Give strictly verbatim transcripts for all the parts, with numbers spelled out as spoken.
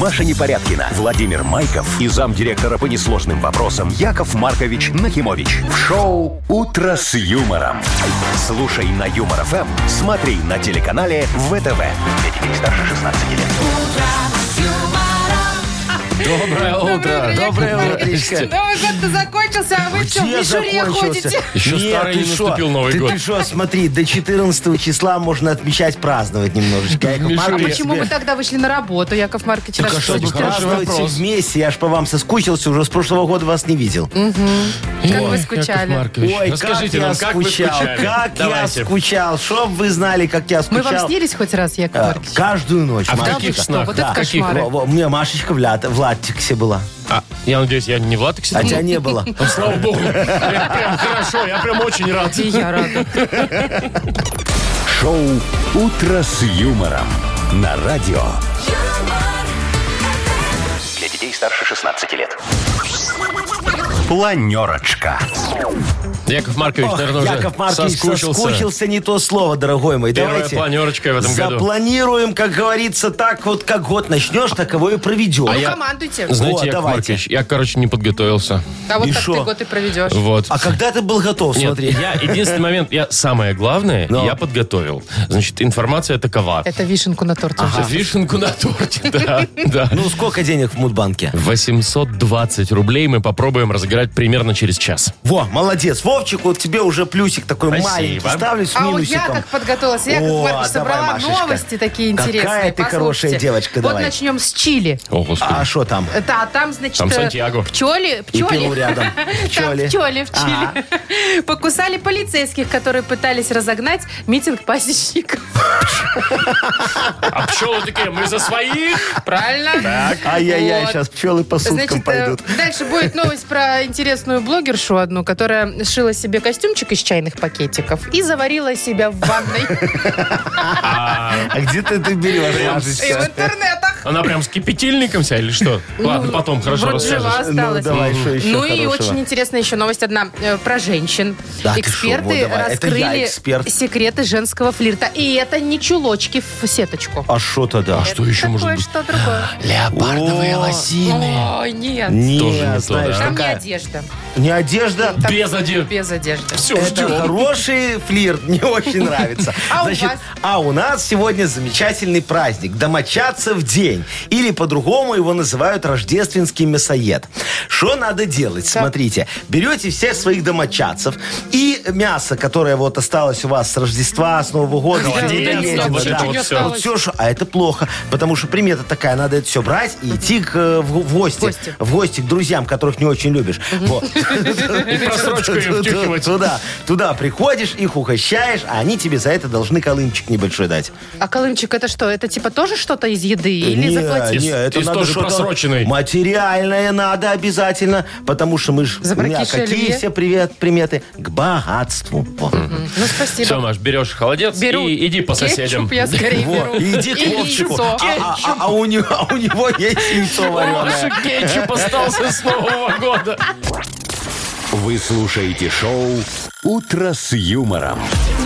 Маша Непорядкина, Владимир Майков и замдиректора по несложным вопросам Яков Маркович Нахимович. В шоу «Утро с юмором». Слушай на Юмор ФМ, смотри на телеканале ВТВ. Для детей старше шестнадцати лет. Доброе утро. Доброе утро. Новый год-то закончился, а вы что, в мишуре ходите? Еще Нет, старый ты не шо? наступил Новый ты, год. Ты что, смотри, до четырнадцатого числа можно отмечать, праздновать немножечко. Яков Мишуре. А Маркович почему тебе- вы тогда вышли на работу, Яков Маркович? Так, а Расскажите. чтобы хороший праздновать вопрос. все вместе, я ж по вам соскучился, уже с прошлого года вас не видел. Как вы скучали? Яков Маркович, Ой, расскажите как нам, я как вы скучал, скучали? как Давайте. я скучал, чтоб вы знали, как я Мы скучал. вам снились хоть раз, Яков Э, Маркович? Каждую ночь. А в Машечка. каких что? снах? Вот это В каких? кошмары. Во- во, У меня Машечка в, ля- в латексе была, А, я надеюсь, я не в латексе? а там? тебя не было. Ну, слава богу. Я прям хорошо, я прям очень рад. И я рада. Шоу «Утро с юмором» на радио. Для детей старше шестнадцати лет. Планерочка. Яков Маркович, Ох, наверное, уже Яков Маркович соскучился. соскучился, не то слово, дорогой мой. Первая Давайте планерочка в этом году. запланируем, как говорится, так вот, как год начнешь, так его и проведешь. Ну, я- командуйте. Знаете, Вот, Яков давайте. Маркович, я, короче, не подготовился. А вот И так шо? ты год и проведешь. Вот. А когда ты был готов, Нет, смотри? я единственный момент, я самое главное, Но. я подготовил. Значит, информация такова. Это вишенку на торте. уже. Вишенку на торте, да, да. Ну, сколько денег в Мудбанке? восемьсот двадцать рублей мы попробуем разыграть примерно через час. Во, молодец. Вовчик, вот тебе уже плюсик такой Спасибо. маленький ставлю с А вот я минусиком. как подготовилась. Я, как О, Маркович, собрала давай, Машечка. новости такие интересные. Какая ты хорошая Послушайте. девочка, Вот давай. начнем с Чили. О, господи. А что там? Да, там, значит, Там э, Сантьяго. пчели, И пчели, Перу рядом. там Пчели. пчели в Чили покусали полицейских, которые пытались разогнать митинг пасечников. А пчелы такие, мы за своих. Правильно? Ай-яй-яй, Вот. сейчас пчелы по суткам Значит, э, пойдут. дальше будет новость про интересную блогершу одну, которая сшила себе костюмчик из чайных пакетиков и заварила себя в ванной. А где ты это берешь, И в Машечка? интернетах. Она прям с кипятильником вся или что? Ладно, потом хорошо Вроде жива расскажешь. Ну, осталась. давай, что еще Ну и хорошего? очень интересная еще новость одна э, про женщин. Да ты Эксперты шо, вот давай. Это я раскрыли эксперт. секреты женского флирта. И это не чулочки в сеточку. А что тогда? А что еще может быть? Что другое. Леопардовые О, лосины. Ой, нет. Не, Тоже не то, знаешь, да? Там не такая... одежда. Не одежда. Там Без одежды. Без одежды. Все, Это ждем. хороший флирт, мне очень нравится. А у Значит, вас? а у нас сегодня замечательный праздник. Домочадцев день. Или по-другому его называют рождественский мясоед. Что надо делать? Смотрите. Берете всех своих домочадцев и мясо, которое вот осталось у вас с Рождества, с Нового года. Холодец, да, вот это вот всё. Вот всё, что- а это плохо, потому что примета такая, надо это все брать и идти к, э, в, в гости. гости. В гости к друзьям, которых не очень любишь. Вот. И просрочку им втюхивать. Туда, туда приходишь, их угощаешь, а они тебе за это должны колымчик небольшой дать. А колымчик это что? Это типа тоже что-то из еды? Или Не, заплатить? не, это из надо тоже что-то просроченной. материальное надо обязательно, потому что мы же За у меня прокисшее какие оливье? все привет, приметы? К богатству. Во. Ну, спасибо. Все, Маш, берешь холодец Беру и иди по соседям. Кетчуп я скорее Во, беру. и иди к И Вовчику. яйцо. А, а- а- а у него, а у него есть яйцо вареное. Лучше кетчуп остался с Нового года. Вы слушаете шоу «Утро с юмором»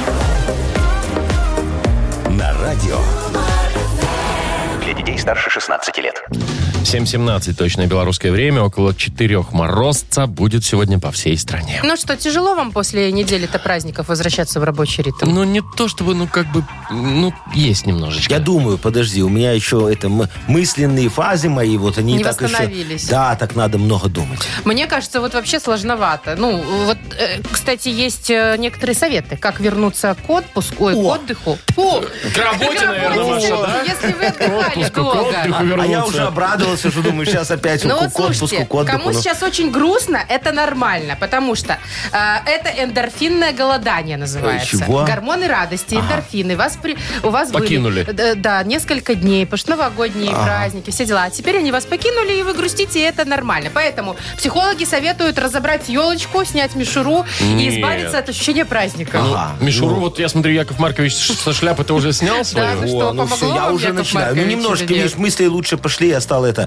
на радио. Для детей старше шестнадцати лет. семь семнадцать точное белорусское время. Около четырех морозца будет сегодня по всей стране. Ну что, тяжело вам после недели-то праздников возвращаться в рабочий ритм? Ну, не то чтобы, ну, как бы, ну, есть немножечко. Я думаю, подожди, у меня еще это м- мысленные фазы мои, вот они Не так восстановились. еще... Да, так надо много думать. Мне кажется, вот вообще сложновато. Ну, вот, э, кстати, есть э, некоторые советы, как вернуться к отпуску, ой, к О. отдыху. О, К работе, наверное, работе, Маша, да? если вы отдыхали отпуску, к долго. отдыху А я вернуться. уже обрадовался, что думаю, сейчас опять Ну к вот к отпуску, слушайте, к отдыху. кому Ну, сейчас очень грустно, это нормально, потому что э, это эндорфинное голодание называется. Чего? Гормоны радости, эндорфины. Вас при, у вас Покинули. были э, да, несколько дней, потому что новогодние праздники, все дела. А теперь они вас покинули, и вы грустите, и это нормально. Поэтому психологи советуют разобрать елочку, снять мишуру и Нет. избавиться от ощущения праздника. Ага. Мишуру, Ну. вот я смотрю, Яков Маркович со шляпы-то уже снял свою? Да, вы что, О, ну помогло все, я вам, уже Яков начинаю. Ну, Маркович, немножко, или нет? видишь, мысли лучше пошли, я стал это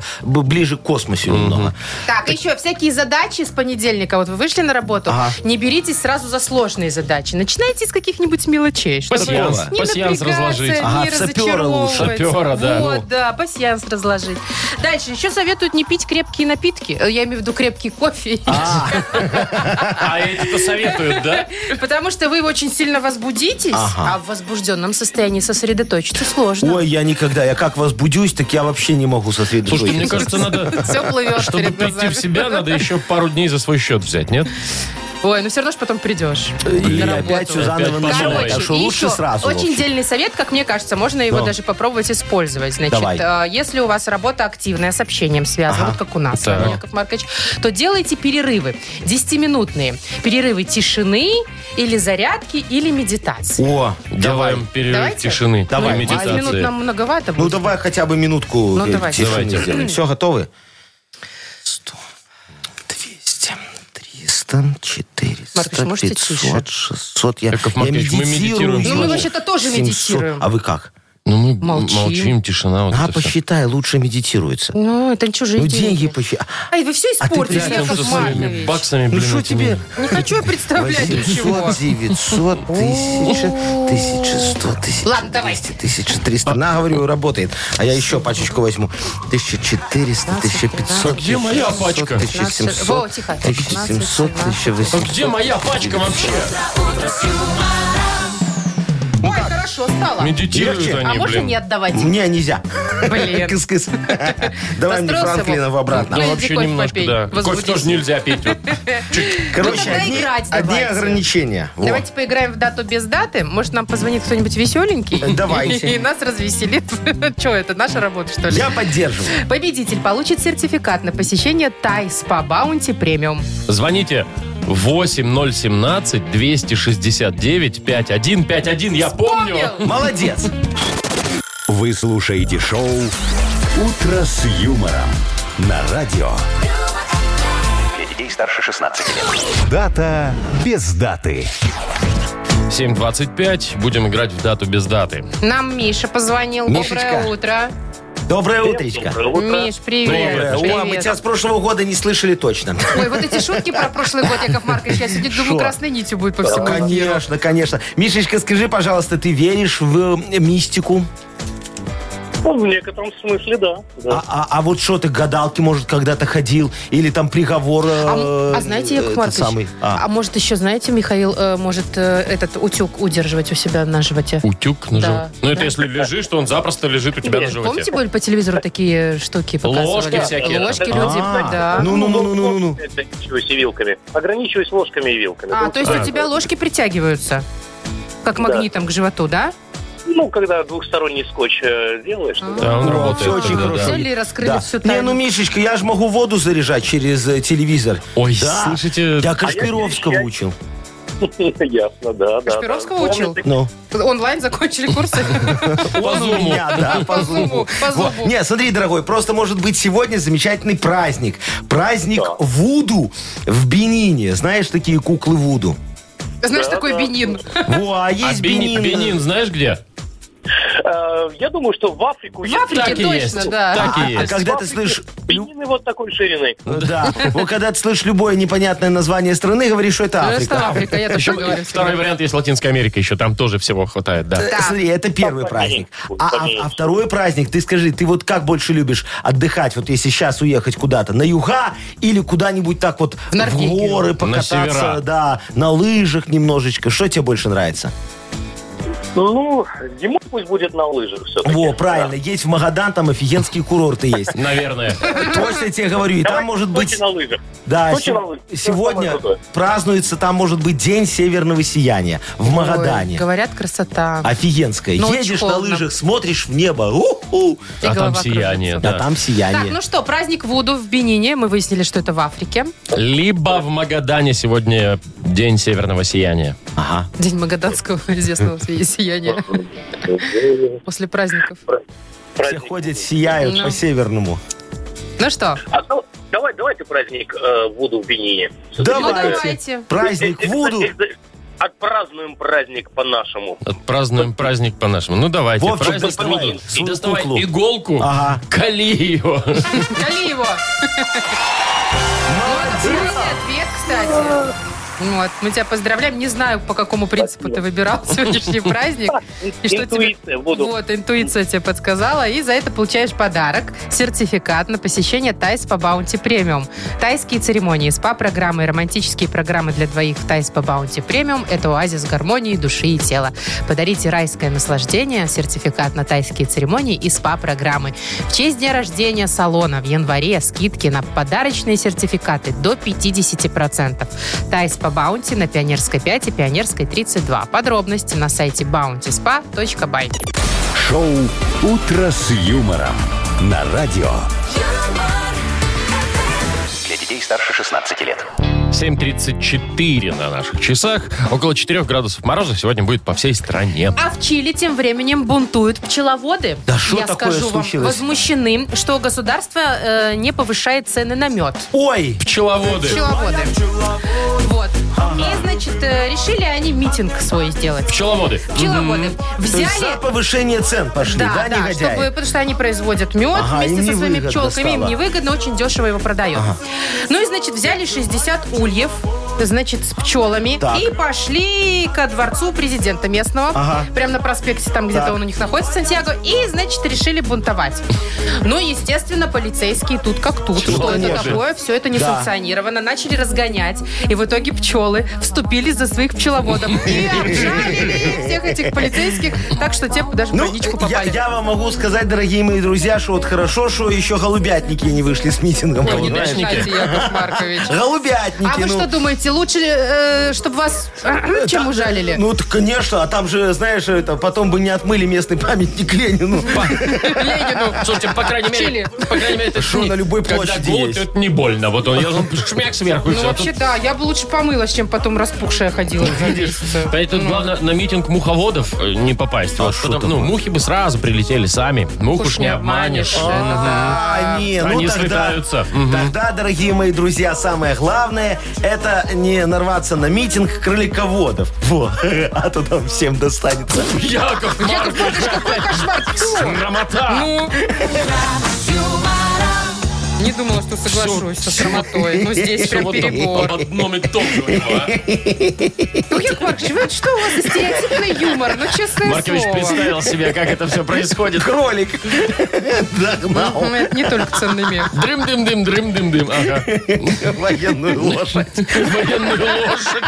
как-то б- ближе к космосу немного. Так, еще всякие задачи с понедельника. Вот вы вышли на работу, Ага. не беритесь сразу за сложные задачи. Начинайте с каких-нибудь мелочей. Чтобы Пасьянс, не пасьянс напрягаться, разложить. Ага, не в сапера лучше. разочаровывать. Сапера, да. Вот, Ну. да, пасьянс разложить. Дальше, еще советуют не пить крепкие напитки. Я имею в виду крепкий кофе. А эти-то советуют, да? Потому что вы очень сильно возбудитесь, Ага. а в возбужденном состоянии сосредоточиться сложно. Ой, я никогда, я как возбудюсь, так я вообще не могу сосредоточиться. Слушайте, мне кажется, надо, Все плывет чтобы перед прийти глазами. в себя, надо еще пару дней за свой счет взять, нет? Ой, ну все равно ж потом придешь И на опять работу. все заново Опять начинать. Короче, Так что и лучше еще сразу. очень Вовчик. дельный совет, как мне кажется, можно его Ну. даже попробовать использовать. Значит, Давай. э, если у вас работа активная, с общением связана, Ага. вот как у нас, с Так. вами, Яков Маркович, то делайте перерывы. десятиминутные. Перерывы тишины или зарядки, или медитации. О, давай. Делаем перерыв Давайте? тишины Давай. и десять минут медитации. нам многовато Ну будет. давай хотя бы минутку Ну, э, давайте. тишины Давайте. сделаем. Все, готовы? сто, двести, триста, четыреста, Маркович, можете тише? пятьсот, шестьсот. Я, Яков я Маркович, мы медитирую. медитируем. Ну, мы вообще-то тоже семьсот. медитируем. А вы как? Ну, мы Молчим. молчим, тишина. Вот А, это всё. посчитай, лучше медитируется. Ну, это чужие Ну, деньги. деньги посчитай. Ай, вы все А ты испортили, прячешься Яков со своими Маркович. баксами, Ну блин, что этими. тебе? Не хочу я представлять ничего. восемьсот, девятьсот, тысяча, тысяча сто, тысяча Ладно, давай. двести, тысяча триста. На, говорю, работает. А я еще пачечку возьму. тысяча четыреста, тысяча пятьсот. Где моя пачка? тысяча семьсот, Во, тихо. тысяча семьсот, тысяча А восемьсот. где моя пачка вообще? Ой, хорошо стало. Медитируют Легче? они, А можно блин. не отдавать? Мне нельзя. Блин. Кыс-кыс. Давай мне Расстроился, Франклина Вов? в обратно. Ну, Иди вообще кофе немножко, попей, да. Кофе возбудись. тоже нельзя пить. вот. Короче, Ну, тогда одни, играть одни давайте. ограничения. Во. Давайте поиграем в дату без даты. Может, нам позвонит кто-нибудь веселенький? Давайте. И нас развеселит. Что это, наша работа, что ли? Я поддерживаю. Победитель получит сертификат на посещение Тай Спа Баунти Премиум. Звоните восемь ноль семнадцать двести шестьдесят девять пятьдесят один пятьдесят один. Я помню. Вспомнил. Молодец. Вы слушаете шоу «Утро с юмором» на радио. Для детей старше шестнадцати лет. Дата без даты. семь двадцать пять. Будем играть в дату без даты. Нам Миша позвонил. Мишечка. Доброе утро. Доброе утречко. Миш, привет. Доброе. Привет. О, мы тебя с прошлого года не слышали точно. Ой, вот эти шутки про прошлый год, Яков Маркович, я сегодня думаю, Шо? красной нитью будет по всему эфиру. Конечно, конечно. Мишечка, скажи, пожалуйста, ты веришь в э, мистику? Ну, в некотором смысле, да. да. А, а- а вот что ты к гадалке, может, когда-то ходил? Или там приговор... А, э, а знаете, Яков этот Маркович, самый? а. А. может еще, знаете, Михаил э, может э, этот утюг удерживать у себя на животе? Утюг на Да. живот. Ну, это Да. если лежишь, то он запросто лежит у тебя на животе. Помните, были по телевизору такие штуки показывали? Ложки всякие. Ложки А, люди, да. Ну-ну-ну-ну-ну-ну. Ограничиваюсь и вилками. Ограничиваюсь ложками и вилками. А, Ну, то есть у да. тебя ложки притягиваются? Как магнитом к животу, да? Ну, когда двухсторонний скотч э, делаешь, то Да, он О, работает. всё очень тогда, хорошо. да. Взяли и раскрыли Да. всю Не, тайну. ну, Мишечка, я же могу воду заряжать через э, телевизор. Ой, Да. слышите, Я Кашпировского А я- учил. Ясно, да, да. Кашпировского да. учил? Ну. Онлайн закончили курсы? Он у меня, да, по По зуму, зуму. по Вот. зуму. Не, смотри, дорогой, просто может быть сегодня замечательный праздник. Праздник Да. Вуду в Бенине. Знаешь, такие куклы Вуду? Знаешь, Да, такой да. Бенин. Во, а а есть Бенин, Бенин. Бенин знаешь где? Э, Я думаю, что в Африку... В едут. Африке Так и точно, есть. да. Так и А есть. когда В ты Африке слышишь... лю- Бенины вот такой ширины. Да, вот когда ты слышишь любое непонятное название страны, говоришь, что это Ну, Африка. что Африка, я тоже Еще говорю. второй вариант есть Латинская Америка еще. Там тоже всего хватает, да. Э, Да. Смотри, это первый Там праздник. поменьше, А, а- поменьше. а второй праздник, ты скажи, ты вот как больше любишь отдыхать, вот если сейчас уехать куда-то, на юга или куда-нибудь так вот В Норвегию. горы покататься, севера. да, на лыжах немножечко. Что тебе больше нравится? Ну, зимой пусть будет на лыжах все-таки. Во, правильно, есть в Магадан, там офигенские курорты есть. Наверное. Точно тебе говорю, и там может быть... на лыжах. Да, Сочи се- на лыжах. сегодня Самое крутое. празднуется, там может быть День северного сияния в Магадане. Ой, говорят, красота. Офигенская. Но очень Едешь на холодно. лыжах, смотришь в небо, у-ху, И А голова там сияние, кружится. а да. там Так, сияние. ну что, праздник Вуду в Бенине. Мы выяснили, что это в Африке. Либо в Магадане сегодня день северного сияния. Ага. День магаданского известного сияния после праздников. Все Праздник. ходят, сияют Ну. по-северному. Ну что, А то- давай, давайте праздник э, Вуду в Бенине. ну Давайте. давайте. Праздник Экз- Вуду. экз- Отпразднуем праздник по-нашему. Отпразднуем праздник по-нашему. Ну, давайте. Вовчик, праздник доставай труда. И свою доставай куклу. иголку, Ага. кали ее. Кали его. Молодец. Ответ, кстати. Вот, мы тебя поздравляем. Не знаю, по какому принципу ты выбирал сегодняшний праздник. И что тебе... Интуиция, буду. Вот, интуиция тебе подсказала. И за это получаешь подарок. Сертификат на посещение Тайс по Баунти Премиум. Тайские церемонии, СПА-программы и романтические программы для двоих в Тайс по Баунти Премиум – это оазис гармонии души и тела. Подарите райское наслаждение, сертификат на тайские церемонии и СПА-программы. В честь дня рождения салона в январе скидки на подарочные сертификаты до пятьдесят процентов. Тайс по Баунти на Пионерской пять и Пионерской тридцать два. Подробности на сайте баунти спа точка бай. Шоу «Утро с юмором» на радио. Для детей старше шестнадцати лет. семь тридцать четыре на наших часах. Около четырех градусов мороза сегодня будет по всей стране. А в Чили тем временем бунтуют пчеловоды. Да что Я такое скажу вам, случилось? возмущены, что государство э, не повышает цены на мед. Ой! Пчеловоды. Пчеловоды. Вот. И, значит, э, решили они митинг свой сделать. Пчеловоды. Пчеловоды. То есть за Взяли... повышение цен пошли, да, Да, да, негодяи? чтобы, потому что они производят мед Ага, им вместе со своими невыгодно пчелками, им стало. невыгодно, очень дешево его продают. Ну и, значит, взяли шестьдесят ульев, значит, с пчелами, Так. и пошли ко дворцу президента местного, Ага. прямо на проспекте, там где-то Так. он у них находится, Сантьяго, и, значит, решили бунтовать. Ну, естественно, полицейские тут как тут, Ну, что это конечно. такое, все это не Да. санкционировано, начали разгонять, и в итоге пчелы вступили за своих пчеловодов и обжалили всех этих полицейских, так что те даже в Ну, больничку я, попали. я вам могу сказать, дорогие мои друзья, что вот хорошо, что еще голубятники не вышли с митингом. Ой, не понимаете? начинайте, Яков Маркович. Голубятники, А вы ну. что думаете, лучше, э, чтобы вас чем ужалили? Ну, так, конечно, а там же, знаешь, это потом бы не отмыли местный памятник Ленину. Ленину. Слушайте, по крайней мере, Чили. по крайней мере, это Шо не- на любой когда площади голубь, есть. это не больно. Вот он, я, он шмяк сверху. и Ну, всё. вообще, Тут, да, я бы лучше помылась, чем потом распухшая ходила за месяца. понимаете, тут главное на митинг муховодов э, не попасть. Вот, что потому- ну, такое? мухи бы сразу прилетели сами. Мух уж не обманешь. Это да. А, не, ну Они тогда, слетаются. Мгм. тогда, дорогие мои друзья, самое главное, это не нарваться на митинг кролиководов. Во, а то там всем достанется. Яков Яков Маркович, какой кошмар! Фу. Срамота. Ну, не думала, что соглашусь со срамотой. Ну, здесь Всё прям вот об- перебор. об одном и том же у него, а. Ну, Яков Маркович, вы- что у вас за стереотипный юмор? Ну, честное Маркович слово. представил себе, как это все происходит. Кролик догнал Ну, это не только ценный мех. Дрым-дым-дым, дрым-дым-дым. Ага. военную лошадь. Военную лошадь.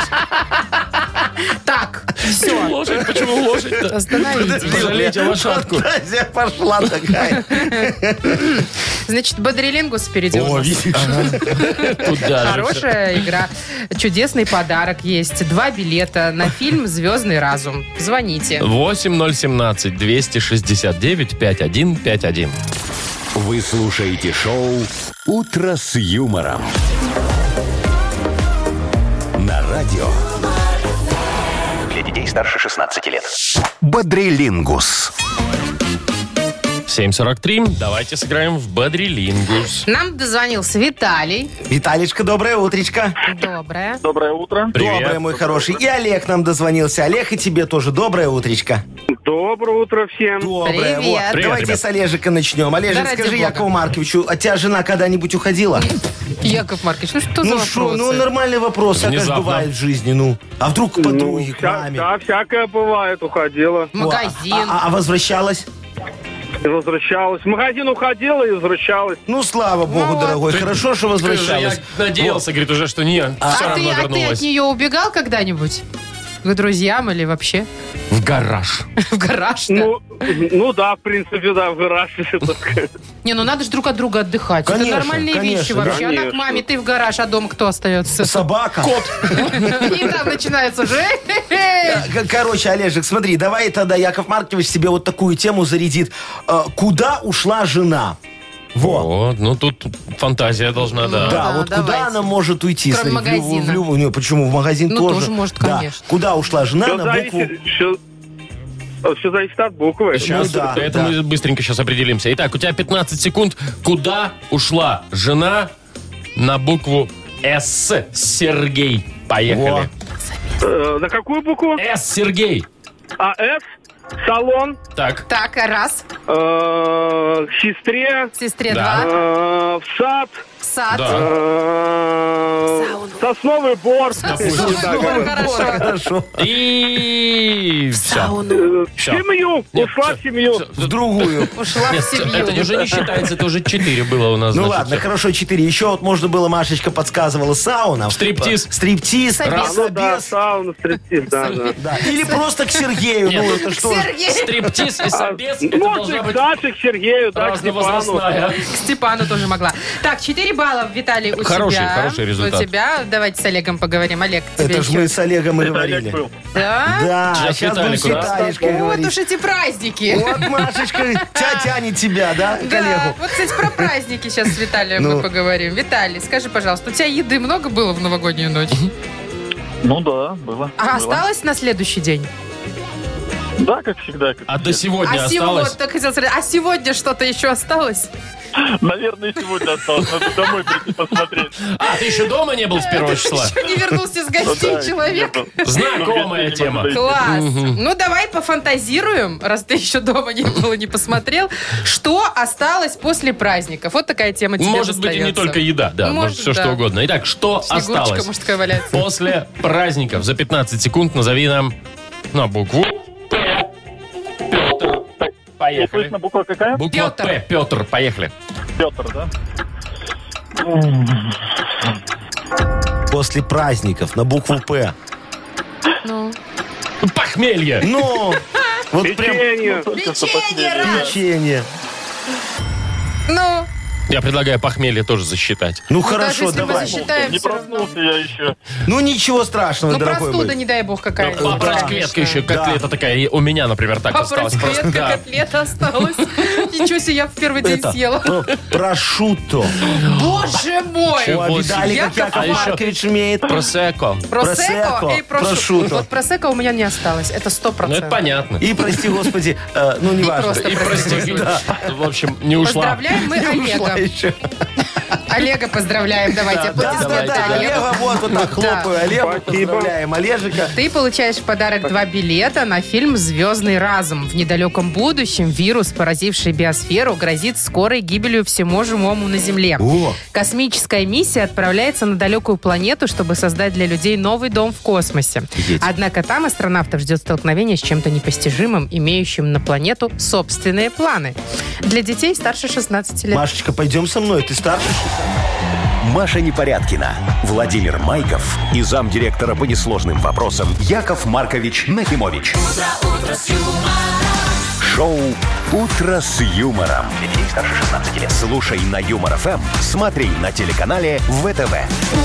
Так, все, Лошадь, почему лошадь-то? остановитесь. Пожалейте лошадку. Фантазия пошла такая. Значит, Бодрилингус впереди у О, нас. видишь? Туда же. Хорошая игра. Чудесный подарок есть. Два билета на фильм «Звездный разум». Звоните. восемь ноль семнадцать двести шестьдесят девять пятьдесят один пятьдесят один. Вы слушаете шоу «Утро с юмором» на радио. Для детей старше шестнадцати лет. Бодрилингус. семь сорок три. Давайте сыграем в Бодрилингус. Нам дозвонился Виталий. Виталичка, доброе утречко. Доброе. Доброе утро. Привет. Доброе, мой хороший. И Олег нам дозвонился. Олег, и тебе тоже доброе утречко. Доброе утро всем. Доброе. Привет. Вот. Привет, Давайте ребят. с Олежика начнем. Олежек, Да ради скажи бога. Якову Марковичу, а тебя жена когда-нибудь уходила? Яков Маркович, ну что за Ну что, вопросы? ну нормальный вопрос, а как же Внезапно. бывает в жизни, ну. А вдруг к подруге, Ну, к вся- маме? да, всякое бывает, уходила. В магазин. А, а- а возвращалась? И возвращалась. В магазин уходила и возвращалась. Ну, слава богу, Вот. дорогой, хорошо, что Ты уже, возвращалась. я надеялся, говорит, уже, что нет, все а, ты, равно а ты вернулась. от нее убегал когда-нибудь? К друзьям или вообще? В гараж. В гараж? Да? Ну, ну да, в принципе, да, в гараж. Не, ну надо же друг от друга отдыхать. Конечно, Это нормальные конечно, вещи вообще. Она к конечно. маме, ты в гараж, а дома кто остается? Собака. И там начинается же. К- Короче, Олежек, смотри, давай тогда Яков Маркович себе вот такую тему зарядит. Э, Куда ушла жена? Во. Вот, ну тут фантазия должна, да. Да, Да, вот давайте. куда она может уйти? Кроме Смотри, в люб- магазина. в люб- не, почему? В магазин Ну, тоже. тоже может, Да. конечно. Куда ушла жена Все на букву... зависит, все, все зависит от буквы. Сейчас, Ну да, это да. мы быстренько сейчас определимся. Итак, у тебя пятнадцать секунд. Куда ушла жена на букву С? Сергей. Поехали. Э, на какую букву? С, Сергей. А, С. Салон. Так. Так, раз. Э, к сестре. Сестре Да. два. Э, в сад. Сад. Да. Э, сосновый бор. Сосновый бор, хорошо. Хорошо. И все. Э, в Всё. семью. Нет, Ушла всё. в семью. В другую. Ушла в семью. Это уже не считается, это уже четыре было у нас. Ну значит, ладно, всё. хорошо, четыре. Еще вот можно было, Машечка подсказывала, сауна. Стриптиз. Стриптиз. Собес. А, ну да, собес. сауна, стриптиз, да, да. Да. Или просто к Сергею. Нет, Ну, это что? Сергей. Стриптиз и собес, это Ну, должна к быть Даше, к Сергею, да, к Степану. разновозрастная. К Степану тоже могла. Так, четыре балла, Виталий, у Хороший, тебя. хороший результат. У тебя. Давайте с Олегом поговорим. Олег, тебе Это ж еще. мы с Олегом и Это Олег говорили. был. Да? Да, Сейчас сейчас будем с Виталику, да? Виталишкой Вот говорить. уж эти праздники. Вот, Машечка, тя тянет тебя, да, к Да, Олегу? вот, кстати, про праздники сейчас с Виталием Ну. мы поговорим. Виталий, скажи, пожалуйста, у тебя еды много было в новогоднюю ночь? Ну да, было. А осталось на следующий день? Да, как всегда. Как А до сегодня а сегодня, осталось? так хотел сказать, а сегодня что-то еще осталось? Наверное, сегодня осталось. Надо домой прийти посмотреть. А, ты еще дома не был с первого числа? Еще не вернулся с гостей человек. Знакомая тема. Класс. Ну, давай пофантазируем, раз ты еще дома не был и не посмотрел, что осталось после праздников. Вот такая тема тебе Может быть, и не достается. только еда, да, Может, может, все да. что угодно. Итак, что Снегурочка осталось мужская валяется. после праздников? За пятнадцать секунд назови нам на букву П. Петр. Поехали. Слышно, буква какая? Буква Петр. П. Петр. Поехали. Петр, да? После праздников на букву П. Ну. Похмелье. Ну, вот прям Печенье. Печенье, раз. печенье. Ну, Я предлагаю похмелье тоже засчитать. Ну, даже хорошо, если мы давай. засчитаем, Не все равно. проснулся я еще. Ну, ничего страшного, Ну, дорогой простуда, мой. не дай бог, какая-нибудь. Папа да. котлетка еще, Да. котлета такая. И у меня, например, так осталось. Папа Просто, да. котлета осталась. Ничего себе, я в первый день Это, съела. про- прошутто. Боже мой! Чего? О, а видали, как Яков Яков Маркович. Маркович умеет? Просеко. Просеко Просекко, и прошутто. прошутто. Вот просеко у меня не осталось. Это сто Ну, это процентов. понятно. И, прости господи, э, ну, не важно. просто И прости, прости, господи. в общем, не ушла. Поздравляем мы Ушла Олега. еще. Олега поздравляем. Давайте Да, да, аплодисменты да, Олегу. Олега, вот, вот так хлопаю. Олегу поздравляем. Олежика. Ты получаешь в подарок два билета на фильм «Звездный разум». В недалеком будущем вирус, поразивший биосферу, грозит скорой гибелью всему живому на Земле. О. Космическая миссия отправляется на далекую планету, чтобы создать для людей новый дом в космосе. Офигеть. Однако там астронавтов ждет столкновение с чем-то непостижимым, имеющим на планету собственные планы. Для детей старше шестнадцати лет. Машечка, пойдем со мной. Ты старше? Маша Непорядкина, Владимир Майков и замдиректора по несложным вопросам Яков Маркович Нахимович. Шоу «Утро с юмором». Для детей старше шестнадцати лет. Слушай на Юмор ФМ, смотри на телеканале ВТВ.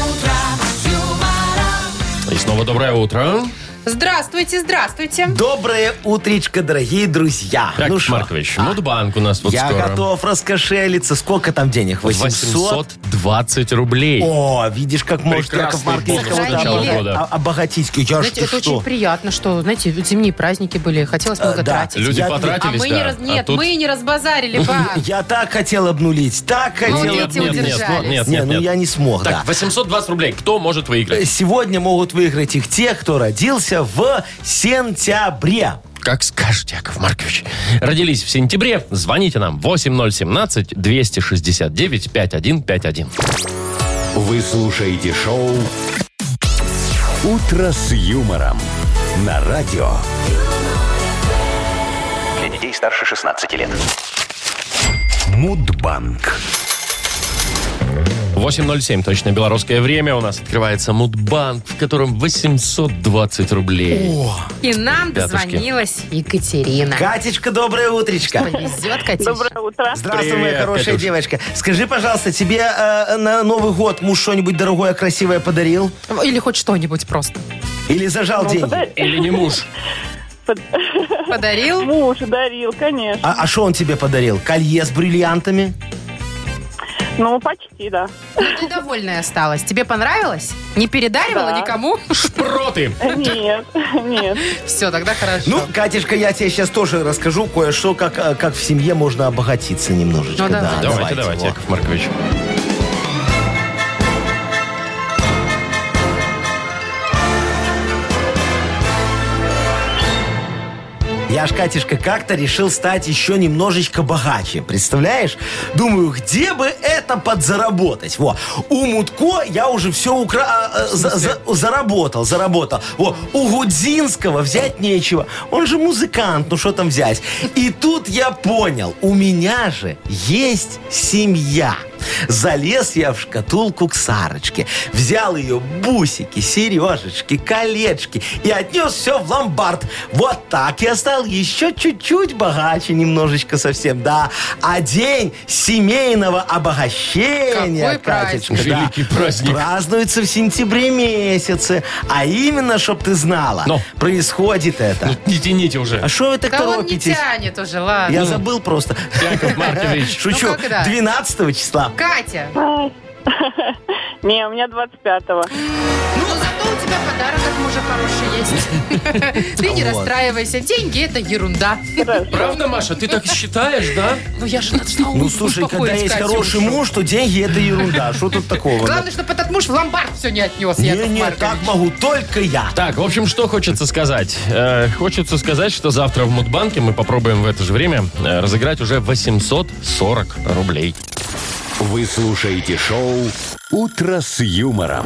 И снова доброе утро. Здравствуйте, здравствуйте. Доброе утречко, дорогие друзья. Яков ну шо? Маркович, Мудбанк у нас вот Я скоро. готов раскошелиться. Сколько там денег? восемьсот? восемьсот двадцать рублей. О, видишь, как может Прекрасный Яков Маркович бонус кого-то начала обога- года. а- обогатить. Я ж Знаете, ты это что? очень приятно, что, знаете, зимние праздники были, хотелось много Э, да. тратить. Люди Я- А потратились, мы да. не раз... А Нет, тут- мы не разбазарили, ба. Я так хотел обнулить, так хотел дети обнулить. нет, нет, удержались. нет, Не, нет, ну нет. я не смог, Так, да. восемьсот двадцать рублей. Кто может выиграть? Сегодня могут выиграть их те, кто родился в сентябре. Как скажете, Яков Маркович. Родились в сентябре? Звоните нам восемь ноль семнадцать двести шестьдесят девять пятьдесят один пятьдесят один. Вы слушаете шоу «Утро с юмором» на радио. Для детей старше шестнадцати лет. Мудбанк. восемь ноль семь, точно белорусское время. У нас открывается Мудбанк, в котором восемьсот двадцать рублей. И нам Пятушки. дозвонилась Екатерина. Катечка, доброе утречко. Повезет, Катюш. Доброе утро. Здравствуй, Привет, моя хорошая Катюш. девочка. Скажи, пожалуйста, тебе э, на Новый год муж что-нибудь дорогое, красивое подарил? Или хоть что-нибудь просто. Или зажал деньги? Подар- Или не муж? под- Подарил? Муж дарил, конечно. А что он тебе подарил? Колье с бриллиантами? Ну, почти, да. Ну, ты довольная осталась. Тебе понравилось? Не передаривала Да. никому? Шпроты. Нет, нет. Все, тогда хорошо. Ну, Катюшка, я тебе сейчас тоже расскажу кое-что, как, э, как в семье можно обогатиться немножечко. Ну, давай. да, Давайте, давайте, во. Яков Маркович. Я ж, Катюшка, как-то решил стать еще немножечко богаче. Представляешь? Думаю, где бы это подзаработать? Во. У Мутко я уже все укра... за- за- заработал, заработал. Во. У Гудзинского взять нечего. Он же музыкант, ну что там взять? И тут я понял, у меня же есть семья. Залез я в шкатулку к Сарочке, взял ее бусики, сережечки, колечки и отнес все в ломбард. Вот так я стал еще чуть-чуть богаче, немножечко совсем, да. А день семейного обогащения, Какой праздник. Катечка, да, Великий праздник. празднуется в сентябре месяце. А именно, чтоб ты знала, Но. происходит это. Ну, не тяните уже. А что вы так Да он не торопитесь? тянет уже, ладно. Я забыл просто. Яков Маркович. Шучу. Ну, когда? двенадцатого числа. Катя, Ай. Не, у меня двадцать пятого. ну зато у тебя подарок от мужа хороший есть. Ты не Вот. расстраивайся, деньги это ерунда. Правда, Маша, ты так считаешь, да? Ну я же начала Ну, слушай, когда успокоить есть Катюшу. хороший муж, то деньги это ерунда. Что тут такого? Главное, чтобы этот муж в ломбард все не отнес, Яков Не, не, Маркович. так могу только я. Так, в общем, что хочется сказать? Э, хочется сказать, что завтра в Мудбанке мы попробуем в это же время э, разыграть уже восемьсот сорок рублей. Вы слушаете шоу «Утро с юмором».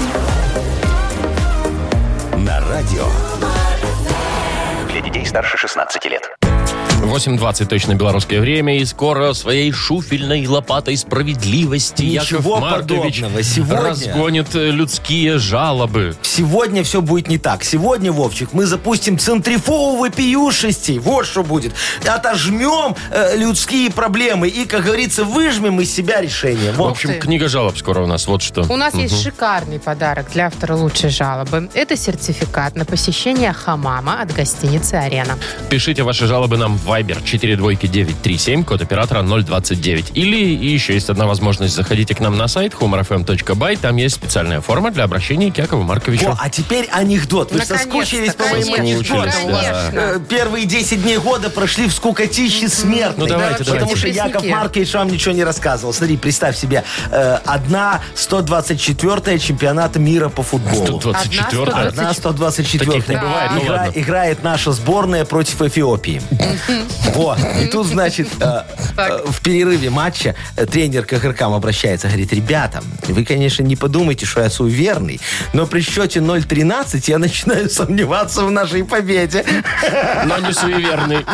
На радио. Для детей старше шестнадцати лет. восемь двадцать точно белорусское время, и скоро своей шуфельной лопатой справедливости Ничего Яков Маркович подобного. Сегодня- разгонит э, людские жалобы. Сегодня все будет не так. Сегодня, Вовчик, мы запустим центрифугу вопиюшестей. Вот что будет. Отожмем э, людские проблемы и, как говорится, выжмем из себя решение. В Вот. общем, ты. книга жалоб скоро у нас, вот что. У нас есть шикарный подарок для автора лучшей жалобы. Это сертификат на посещение хамама от гостиницы «Арена». Пишите ваши жалобы нам в Viber четыре двойки девять три семь, код оператора ноль двадцать девять. Или еще есть одна возможность. Заходите к нам на сайт humor эф эм точка бай. Там есть специальная форма для обращения к Якову Марковичу. О, а теперь анекдот. Вы Наконец-то, соскучились по моим конечно, анекдотам. конечно. Э, Первые десять дней года прошли в скукотище смертной. Ну, давайте, Потому давайте. что Яков Пресники. Маркович вам ничего не рассказывал. Смотри, представь себе, э, одна сто двадцать четвёртая чемпионата мира по футболу. сто двадцать четвёртая. Одна сто двадцать четвёртая. Таких не бывает, ну Игра- ладно. Играет наша сборная против Эфиопии. Вот. И тут, значит, э, э, в перерыве матча э, тренер к игрокам обращается, говорит: ребята, вы, конечно, не подумайте, что я суеверный, но при счете ноль тринадцать я начинаю сомневаться в нашей победе. Но не суеверный.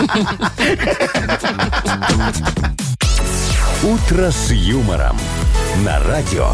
«Утро с юмором». На радио.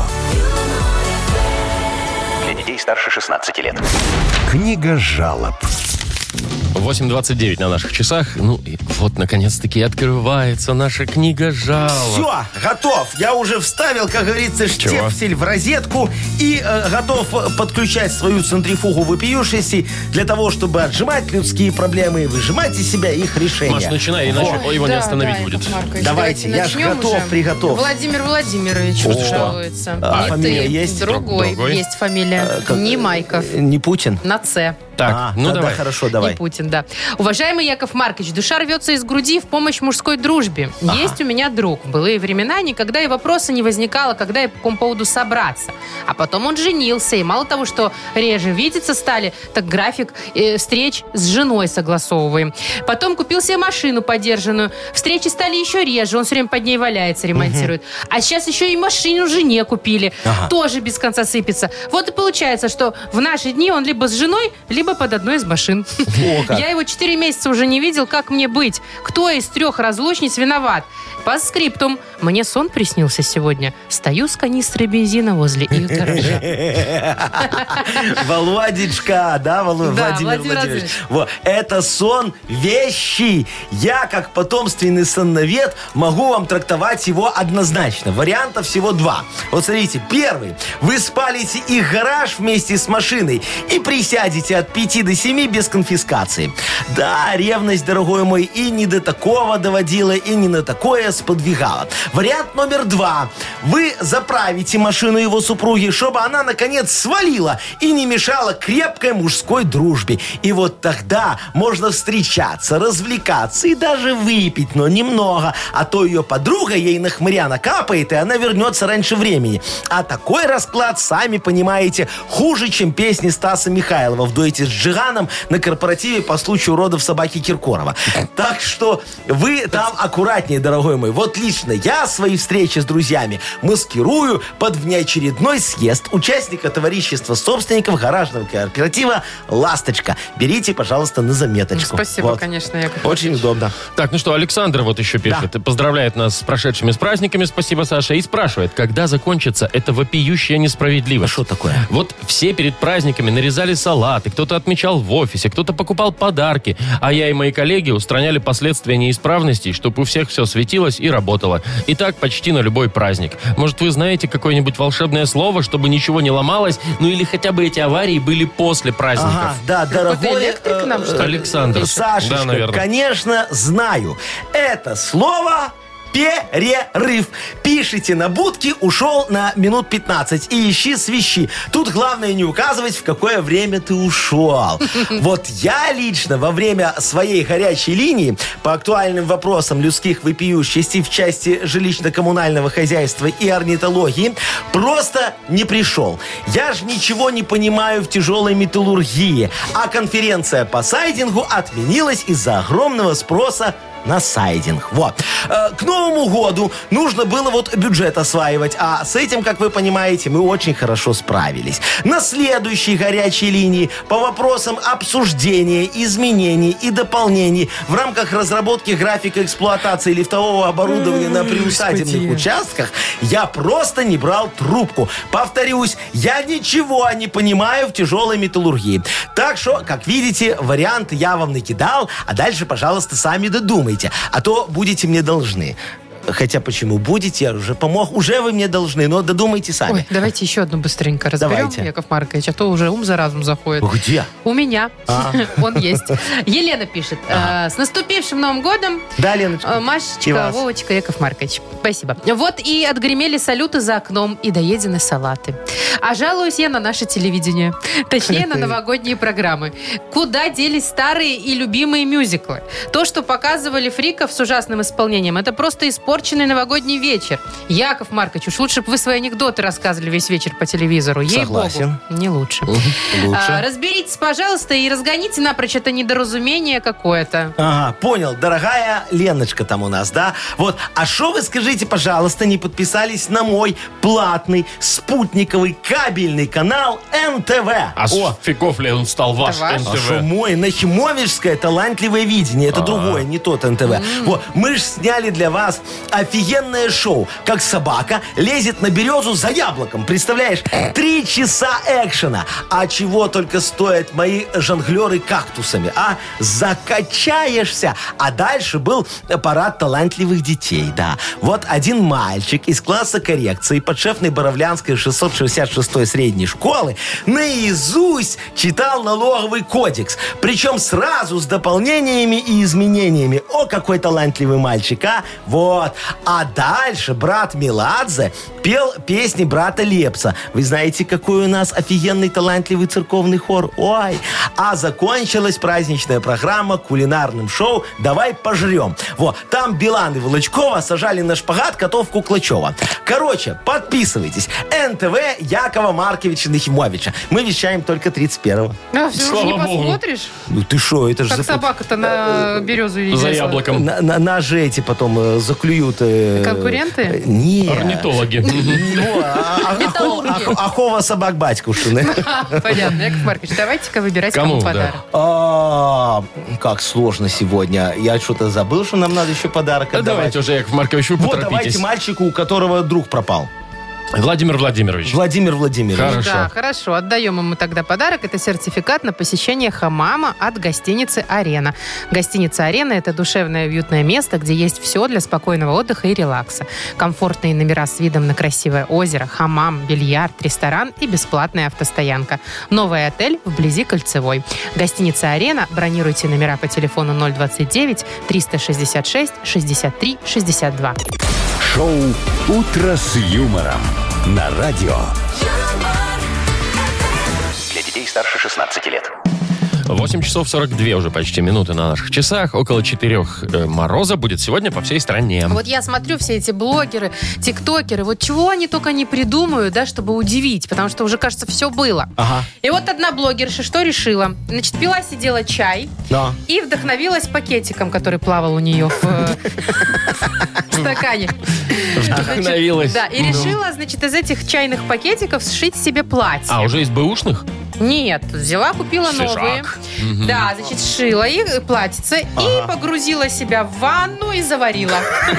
Для детей старше шестнадцати лет. Книга жалоб. восемь двадцать девять на наших часах. Ну, и вот, наконец-таки, открывается наша книга жалоб. Все, готов. Я уже вставил, как говорится, штепсель в розетку и э, готов подключать свою центрифугу вопиюшести для того, чтобы отжимать людские проблемы и выжимать из себя их решения. Маш, начинай, иначе Во. его не Да, остановить да, будет. Яков Маркович, Давайте, я ж начнем готов, уже. приготов. Владимир Владимирович О. жалуется. А Не фамилия ты, есть? Другой. Другой? Есть фамилия. Э, как- Не Майков. э, Не Путин. На «Ц». Так, А, ну тогда давай. хорошо, давай. Не Путин, да. Уважаемый Яков Маркович, душа рвется из груди в помощь мужской дружбе. Есть у меня друг. В былые времена никогда и вопроса не возникало, когда и по какому поводу собраться. А потом он женился, и мало того, что реже видеться стали, так график э, встреч с женой согласовываем. Потом купил себе машину подержанную. Встречи стали еще реже, он все время под ней валяется, ремонтирует. А сейчас еще и машину жене купили. Ага. Тоже без конца сыпется. Вот и получается, что в наши дни он либо с женой, либо под одной из машин. О, как. Я его четыре месяца уже не видел, как мне быть? Кто из трех разлучниц виноват? По скриптум. Мне сон приснился сегодня. Стою с канистрой бензина возле их гаража. Володечка, да, Володя, Да, Владимир Владимир Владимирович. Вот, это сон вещи. Я, как потомственный сонновед, могу вам трактовать его однозначно. Вариантов всего два. Вот смотрите, первый. Вы спалите их гараж вместе с машиной и присядете от пяти до семи без конфискации. Да, ревность, дорогой мой, и не до такого доводила, и не на такое сподвигала. Вариант номер два. Вы заправите машину его супруги, чтобы она, наконец, свалила и не мешала крепкой мужской дружбе. И вот тогда можно встречаться, развлекаться и даже выпить, но немного. А то ее подруга ей на хмыря накапает, и она вернется раньше времени. А такой расклад, сами понимаете, хуже, чем песни Стаса Михайлова в дуэте вместе с Джиганом на корпоративе по случаю родов собаки Киркорова. Так что вы там аккуратнее, дорогой мой. Вот лично я свои встречи с друзьями маскирую под внеочередной съезд участника товарищества собственников гаражного кооператива «Ласточка». Берите, пожалуйста, на заметочку. Спасибо, Вот. конечно, Яков Очень Маркович. удобно. Так, ну что, Александр вот еще пишет. Поздравляет нас с прошедшими с праздниками. Спасибо, Саша. И спрашивает, когда закончится эта вопиющая несправедливость? А что такое? Вот все перед праздниками нарезали салаты, кто-то отмечал в офисе, кто-то покупал подарки, а я и мои коллеги устраняли последствия неисправностей, чтобы у всех все светилось и работало. И так почти на любой праздник. Может, вы знаете какое-нибудь волшебное слово, чтобы ничего не ломалось? Ну или хотя бы эти аварии были после праздников? Ага, да, дорогой электрик э, нам, что ли? Александр. Сашечка, Да, наверное. конечно, знаю. Это слово перерыв. Пишите на будке, ушел на минут пятнадцать и ищи свищи. Тут главное не указывать, в какое время ты ушел. Вот я лично во время своей горячей линии по актуальным вопросам людских вопиющестей в части жилищно-коммунального хозяйства и орнитологии просто не пришел. Я же ничего не понимаю в тяжелой металлургии, а конференция по сайдингу отменилась из-за огромного спроса на сайдинг. Вот. Э, К Новому году нужно было вот бюджет осваивать, а с этим, как вы понимаете, мы очень хорошо справились. На следующей горячей линии по вопросам обсуждения, изменений и дополнений в рамках разработки графика эксплуатации лифтового оборудования на приусадебных участках я просто не брал трубку. Повторюсь, я ничего не понимаю в тяжелой металлургии. Так что, как видите, варианты я вам накидал, а дальше, пожалуйста, сами додумайте. А то будете мне должны. Хотя почему будете, я уже помог. Уже вы мне должны, но додумайте сами. Ой, давайте еще одну быстренько разберем, Давайте. Яков Маркович, а то уже ум за разум заходит. Где? У меня. А. Он есть. Елена пишет. э, С наступившим Новым годом. Да, Леночка? Э, И Машечка, вас. Вовочка, Яков Маркович. Спасибо. Вот и отгремели салюты за окном, и доедены салаты. А жалуюсь я на наше телевидение. Точнее, на новогодние программы. Куда делись старые и любимые мюзиклы? То, что показывали фриков с ужасным исполнением, это просто испорченный новогодний вечер. Яков Маркович, уж лучше бы вы свои анекдоты рассказывали весь вечер по телевизору. Ей-богу. Согласен. Не лучше. Лучше. А, разберитесь, пожалуйста, и разгоните напрочь это недоразумение какое-то. Ага, понял. Дорогая Леночка там у нас, да? Вот. А что вы, скажите, пожалуйста, не подписались на мой платный спутниковый кабельный канал эн тэ вэ? А с фигов ли он стал ваш ваш? А что эн тэ вэ? мой? Нахимовичское талантливое видение. Это другое, не тот эн тэ вэ. Вот, мы же сняли для вас офигенное шоу. Как собака лезет на березу за яблоком. Представляешь? Три часа экшена. А чего только стоят мои жонглеры кактусами, а? Закачаешься. А дальше был парад талантливых детей, да. Вот один мальчик из класса коррекции подшефной Боровлянской шестьсот шестьдесят шестой средней школы наизусть читал налоговый кодекс. Причем сразу с дополнениями и изменениями. О, какой талантливый мальчик, а? Вот. А дальше брат Меладзе пел песни брата Лепса. Вы знаете, какой у нас офигенный талантливый церковный хор? Ой. А закончилась праздничная программа кулинарным шоу «Давай пожрем». Вот. Там Билан и Волочкова сажали на шпагат котов Куклачева. Короче, подписывайтесь. эн тэ вэ Якова Марковича Нахимовича. Мы вещаем только тридцать первого. А, все, уже Слава не богу. посмотришь? Ну ты шо, это же... Как собака-то на березу видела. За яблоком. На, на, ножи эти потом э, заклюют. э, Конкуренты? э, Не. Орнитологи. Ну, а- а- Металлурги. ахо- Ахова собак батькушины. Понятно. Яков Маркович, давайте-ка выбирать, Кому, кому да. подарок. А, Как сложно сегодня. Я что-то забыл, что нам надо еще подарок Да отдавать. давайте уже, Яков Маркович, вы Вот поторопитесь. давайте мальчику, у которого друг пропал. Владимир Владимирович. Владимир Владимирович. Хорошо. Да, хорошо. Отдаем ему тогда подарок. Это сертификат на посещение хамама от гостиницы «Арена». Гостиница «Арена» — это душевное и уютное место, где есть все для спокойного отдыха и релакса. Комфортные номера с видом на красивое озеро, хамам, бильярд, ресторан и бесплатная автостоянка. Новый отель вблизи Кольцевой. Гостиница «Арена». Бронируйте номера по телефону ноль двадцать девять триста шестьдесят шесть шестьдесят три шестьдесят два. Шоу «Утро с юмором» на радио. Для детей старше шестнадцати лет. восемь часов сорок две уже почти минуты на наших часах. Около четырех э, мороза будет сегодня по всей стране. Вот я смотрю все эти блогеры, тиктокеры, вот чего они только не придумают, да, чтобы удивить, потому что уже, кажется, все было. Ага. И вот одна блогерша что решила? Значит, пила, сидела чай Да. и вдохновилась пакетиком, который плавал у нее в э, в стакане. Вдохновилась. Да, и решила, значит, из этих чайных пакетиков сшить себе платье. А, уже из бэушных? Нет, взяла, купила Свежак. новые. Да, значит, сшила их, платьице, и погрузила себя в ванну и заварила.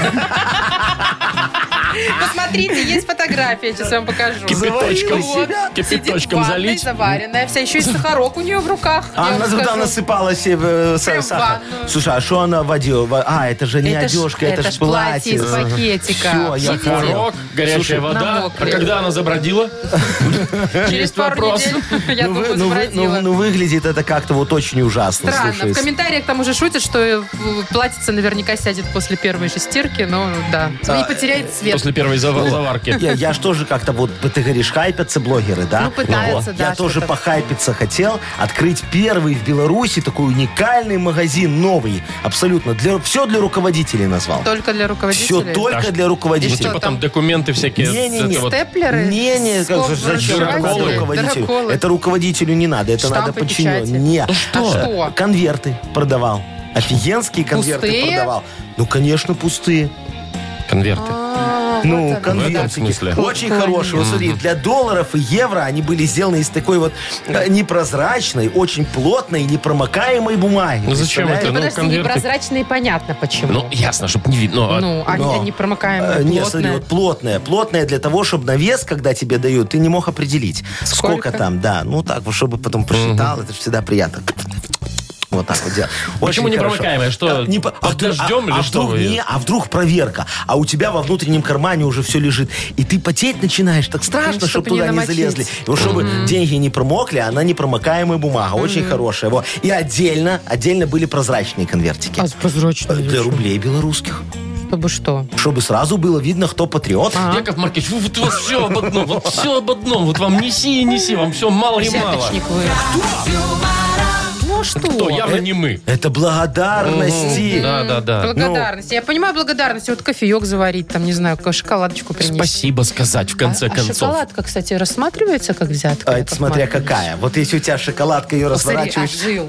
Посмотрите, есть фотография, сейчас я вам покажу. Кипяточком. Вот. Кипяточком Сидит в ванной, залить. заваренная, вся еще и сахарок у нее в руках. А я она вам туда скажу. насыпала себе э, са- Прям в сахар. ванную. Слушай, а что она водила? А, это же не Это ж- одежка, это, это ж ж платье платье. из пакетика. Всё, я Сидит. понял. Сахарок, горячая Слушай, вода. намокли. А когда она забродила? Через Есть пару вопрос. недель, я Ну, вы- думаю, ну, вы- забродила. ну, ну, выглядит это как-то вот очень ужасно. Странно. Слушай, В комментариях там уже шутят, что э, платьице наверняка сядет после первой же стирки, но да. И потеряет цвет. После первой зава- заварки. Я, я ж тоже как-то вот, ты говоришь, хайпятся блогеры, да? Ну, пытаются, да, Я тоже что-то. похайпиться хотел, открыть первый в Беларуси такой уникальный магазин, новый, абсолютно. Для, все для руководителей назвал. Только для Все руководителей? только для И руководителей. что Типа там там? документы всякие. Не-не-не. это вот. Степлеры? Не-не, как Скоб- же, зачем это надо Дыроколы? руководителю? Дыроколы. Это руководителю не надо, это Штампы, надо подчиненному. печати. Нет. Ну что? А что? Конверты продавал. Офигенские конверты Пустые? продавал. Ну, конечно, пустые. Конверты. А, Ну, вот оно. конвертики. В этом смысле? Очень Прикольно. хорошие. Вот смотри, для долларов и евро они были сделаны из такой вот э, непрозрачной, очень плотной, непромокаемой бумаги. Ну, зачем Представляешь? это? Ну, Подожди, конверты. непрозрачные, понятно почему. Ну, ясно, чтобы не видно. Но, Ну, а Но, не непромокаемые, э, Не, смотри, плотные. вот плотная. Плотная для того, чтобы на вес, когда тебе дают, ты не мог определить, сколько, Сколько? там, да. Ну, так, вот, чтобы потом посчитал, это же всегда приятно. Вот так вот делать. Почему Очень непромокаемая? хорошо. Что, А, не по- под а вдруг- дождем а- или а что вдруг вы? не, а вдруг проверка, а у тебя во внутреннем кармане уже все лежит, и ты потеть начинаешь, так страшно, Ну, чтобы чтобы не туда не намочить. залезли. И вот чтобы деньги не промокли, она непромокаемая бумага, очень хорошая. Вот. И отдельно, отдельно были прозрачные конвертики. А прозрачные Для рублей белорусских. Чтобы что? Чтобы сразу было видно, кто патриот. Яков Маркович, вы- вот, вот все об одном, вот все об одном. Вот вам неси и неси, вам все мало и мало. Взяточник вы. Ну а что? Кто? Явно не мы. Это благодарности. Да, да, да. Благодарность. Я понимаю благодарность. Вот кофеек заварить, там, не знаю, ка- шоколадочку принести. Спасибо сказать, в конце а, а концов. шоколадка, кстати, рассматривается как взятка? А это Яков смотря Маркович? какая. Вот если у тебя шоколадка, ее Посмотри, разворачиваешь, отжил.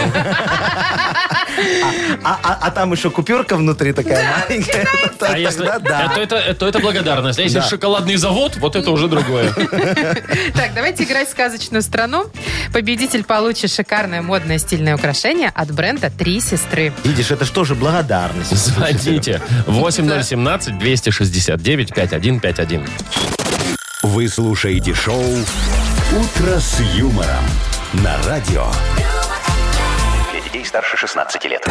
а, а- а там еще купюрка внутри такая маленькая, то А если тогда да. это, это, это, это благодарность. А если Да. шоколадный завод, вот это уже другое. Так, давайте играть в сказочную страну. Победитель получит шикарное модное стильное украшение от бренда «Три сестры». Видишь, это что же благодарность. Звоните восемь ноль семнадцать двести шестьдесят девять пятьдесят один пятьдесят один. Вы слушаете шоу «Утро с юмором» на радио. Для детей старше шестнадцати лет.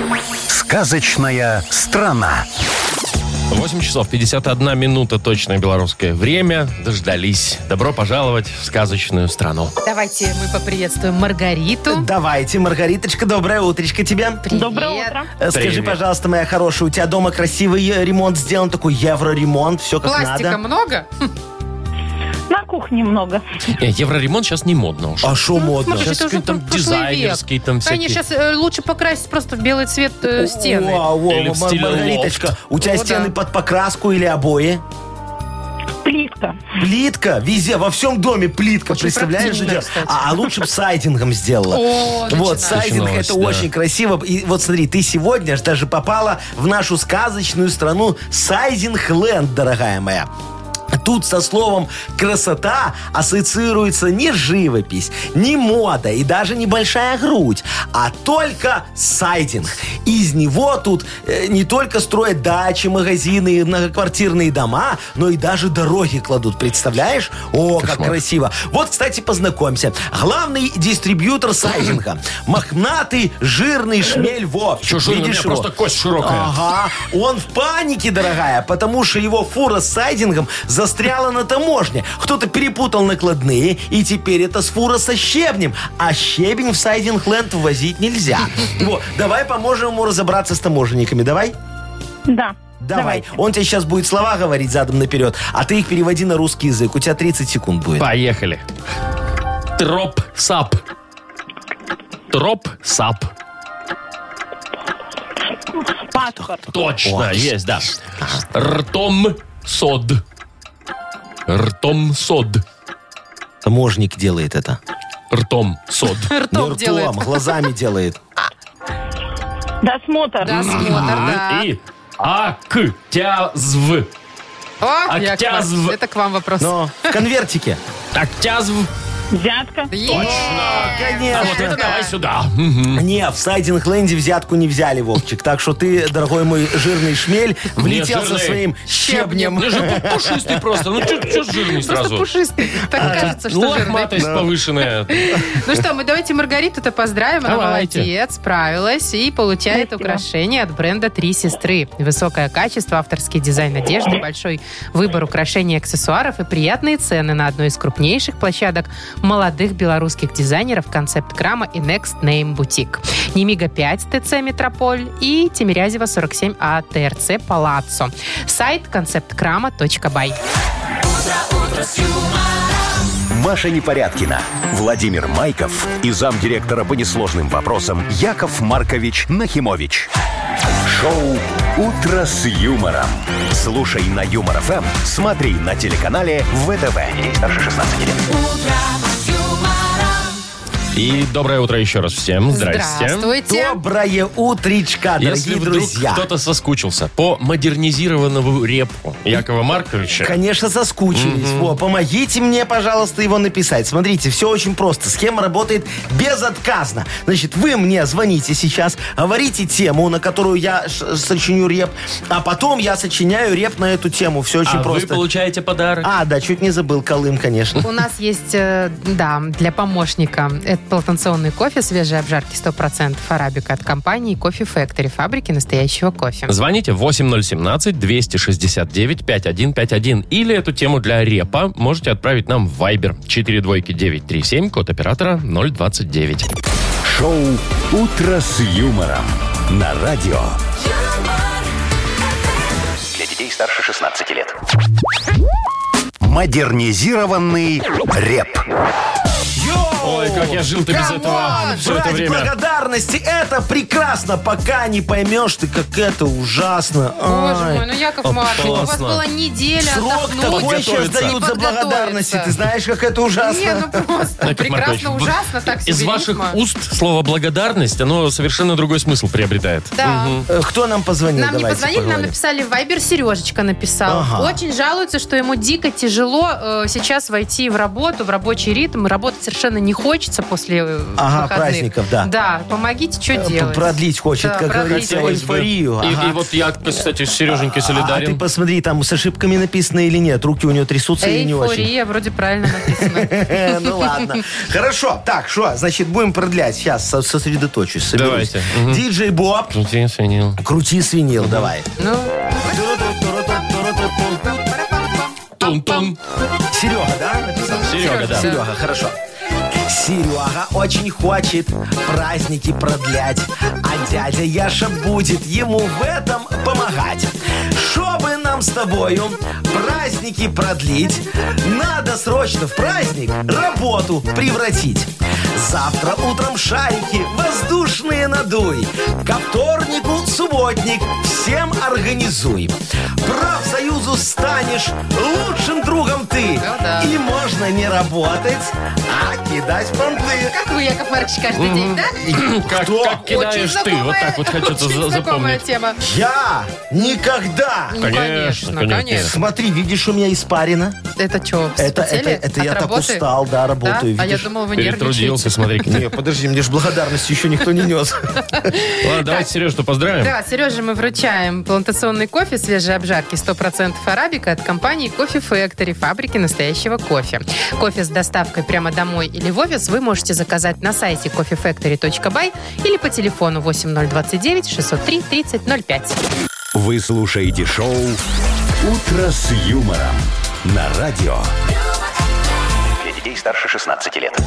Сказочная страна. восемь часов пятьдесят одна минута, точное белорусское время. Дождались. Добро пожаловать в сказочную страну. Давайте мы поприветствуем Маргариту. Давайте, Маргариточка, доброе утречко тебе. Привет. Доброе утро. Э, Скажи, Привет. пожалуйста, моя хорошая, у тебя дома красивый э, ремонт сделан, такой евроремонт, все как Пластика надо. много? На кухне много. Э, Евроремонт сейчас не модно уж. А что модно? Смотри, Сейчас это уже там про- прошлый век. дизайнерский, там всякие. Конечно, сейчас э, лучше покрасить просто в белый цвет э, стены. О, о, Или в Мар- стиле Маргариточка, лофт. у тебя О, стены да. под покраску или обои? Плитка. Плитка, везде, во всем доме плитка, Очень представляешь? практично, Идет? кстати. А, а лучше бы сайдингом сделала. О, Вот, начинается. сайдинг Начиналось, это да. очень красиво. И вот смотри, ты сегодня ж даже попала в нашу сказочную страну Сайдингленд, дорогая моя. Тут со словом «красота» ассоциируется не живопись, не мода и даже небольшая грудь, а только сайдинг. Из него тут э, не только строят дачи, магазины и многоквартирные дома, но и даже дороги кладут. Представляешь? О, как Кошмар. красиво. Вот, кстати, познакомься. Главный дистрибьютор сайдинга. Мохнатый, жирный шмель Вовчик. Чё, жирный? У меня Видишь его? просто кость широкая. Ага. Он в панике, дорогая, потому что его фура с сайдингом застряла на таможне. Кто-то перепутал накладные, и теперь это с фура со щебнем. А щебень в Сайдингленд ввозить нельзя. Вот, давай поможем ему разобраться с таможенниками. Давай? Да. Давай. Давайте. Он тебе сейчас будет слова говорить задом наперед, а ты их переводи на русский язык. У тебя тридцать секунд будет. Поехали. Троп-сап. Троп, сап. Паспорт. Точно, есть, да. Ртом, сод. Ртом, сод. Таможник делает это. Ртом, сод. Не Ртом делает. ртом, глазами делает. Досмотр. Досмотр, да. И актязв. О, Яков Октязв. Маркович, это к вам вопрос. Но в конвертике. Октязв. Взятка. Есть. Конечно. А вот это давай сюда. Мгм. Не, в сайдинг-ленде взятку не взяли, Вовчик. Так что ты, дорогой мой жирный шмель, влетел со жирный. своим щебнем. Ты же пу- пушистый просто. Ну, что жирный Просто сразу? пушистый. Так кажется, что жирный. Лохматость повышенная. Ну что, мы давайте Маргариту-то поздравим. Она Давайте. молодец, справилась и получает Спасибо. украшение от бренда «Три сестры». Высокое качество, авторский дизайн одежды, большой выбор украшений и аксессуаров и приятные цены на одной из крупнейших площадок молодых белорусских дизайнеров «Концепт Крама» и Next Name Boutique. Немига пять ТЦ «Метрополь» и Тимирязева сорок семь А ТРЦ «Палаццо». Сайт концепткрама точка бай. Маша Непорядкина, Владимир Майков и замдиректора по несложным вопросам Яков Маркович Нахимович. Шоу «Утро с юмором». Слушай на Юмор ФМ, смотри на телеканале ВТВ. Ей старше шестнадцати лет. И доброе утро еще раз всем. Здрасте. Здравствуйте. Доброе утречка, Если дорогие вдруг друзья. кто-то соскучился по модернизированному репу Якова Марковича, Конечно, соскучились. Во, помогите мне, пожалуйста, его написать. Смотрите, все очень просто. Схема работает безотказно. Значит, вы мне звоните сейчас, говорите тему, на которую я ш- сочиню реп, а потом я сочиняю реп на эту тему. Все очень а просто. вы получаете подарок. А, да, чуть не забыл, Колым, конечно. У нас есть, э, да, для помощника это плантационный кофе свежей обжарки сто процентов арабика от компании Coffee Factory, фабрики настоящего кофе. Звоните восемь ноль один семь двести шестьдесят девять пятьдесят один пятьдесят один или эту тему для репа можете отправить нам в Viber четыре двойки девять три семь, код оператора ноль двадцать девять. Шоу «Утро с юмором» на радио. Для детей старше шестнадцати лет. Модернизированный реп. Ой, как я жил-то без Камон! этого все это Брать время. благодарности, это прекрасно, пока не поймешь ты, как это ужасно. Боже Ай. мой, ну Яков Маркович, у вас Опасно. была неделя Срок отдохнуть. такой сейчас подготовиться. дают за благодарности. Ты знаешь, как это ужасно? Не, ну просто Яков прекрасно, Маркович, ужасно, так себе Из ваших рифма. уст слово «благодарность», оно совершенно другой смысл приобретает. Да. Э, Кто нам позвонил? Нам не Давайте позвонили, нам поговорим. написали в Viber, Сережечка написал. Ага. Очень жалуется, что ему дико тяжело э, сейчас войти в работу, в рабочий ритм. Работать совершенно не хочется после э, Ага, выходных. праздников, да. Да, помогите, что Э, делать. Продлить хочет, Да, как продлить. говорится, эйфорию. И, Ага. и вот я, кстати, с Сереженькой А ты солидарен. посмотри, там с ошибками написано или нет. Руки у него трясутся или не очень. Эйфория, вроде правильно написано. Ну ладно. Хорошо. Так, что, значит, будем продлять. Сейчас со- сосредоточусь. соберусь. Давайте. Мгм. Диджей Боб, Крути свинил. крути свинил, давай. Ну, Тун-тун. Серега, да, написал? Серега, да. Серега, хорошо. Серега очень хочет праздники продлять, а дядя Яша будет ему в этом помогать. Чтобы нам с тобою праздники продлить, надо срочно в праздник работу превратить. Завтра утром шарики воздушные надуй, ко вторнику субботник всем организуй. Профсоюзу станешь лучшим другом ты, Ну да. и можно не работать, а кидать понты. как вы, Яков Маркович, каждый день, да? Как, Кто? как кидаешь Очень ты? знакомая- Вот так вот хочется очень за- знакомая запомнить. тема. Я никогда. Ну, Конечно, конечно, конечно. конечно. Смотри, видишь, у меня испарина. Это что, Это, это, это я так устал, да, Да? работаю. А я видишь? думала, вы Перетрудился, нервничаете. смотри. Не, подожди, мне же благодарности еще никто не нес. Ладно, давайте Сережу поздравим. Да, Сереже мы вручаем плантационный кофе свежей обжарки сто процентов арабика от компании Coffee Factory, фабрики настоящего кофе. Кофе с доставкой прямо домой или в офис вы можете заказать на сайте кофе фэктори точка бай или по телефону восемь ноль двадцать девять шестьсот три тридцать ноль пять. Вы слушаете шоу «Утро с юмором» на радио. Для детей старше шестнадцати лет.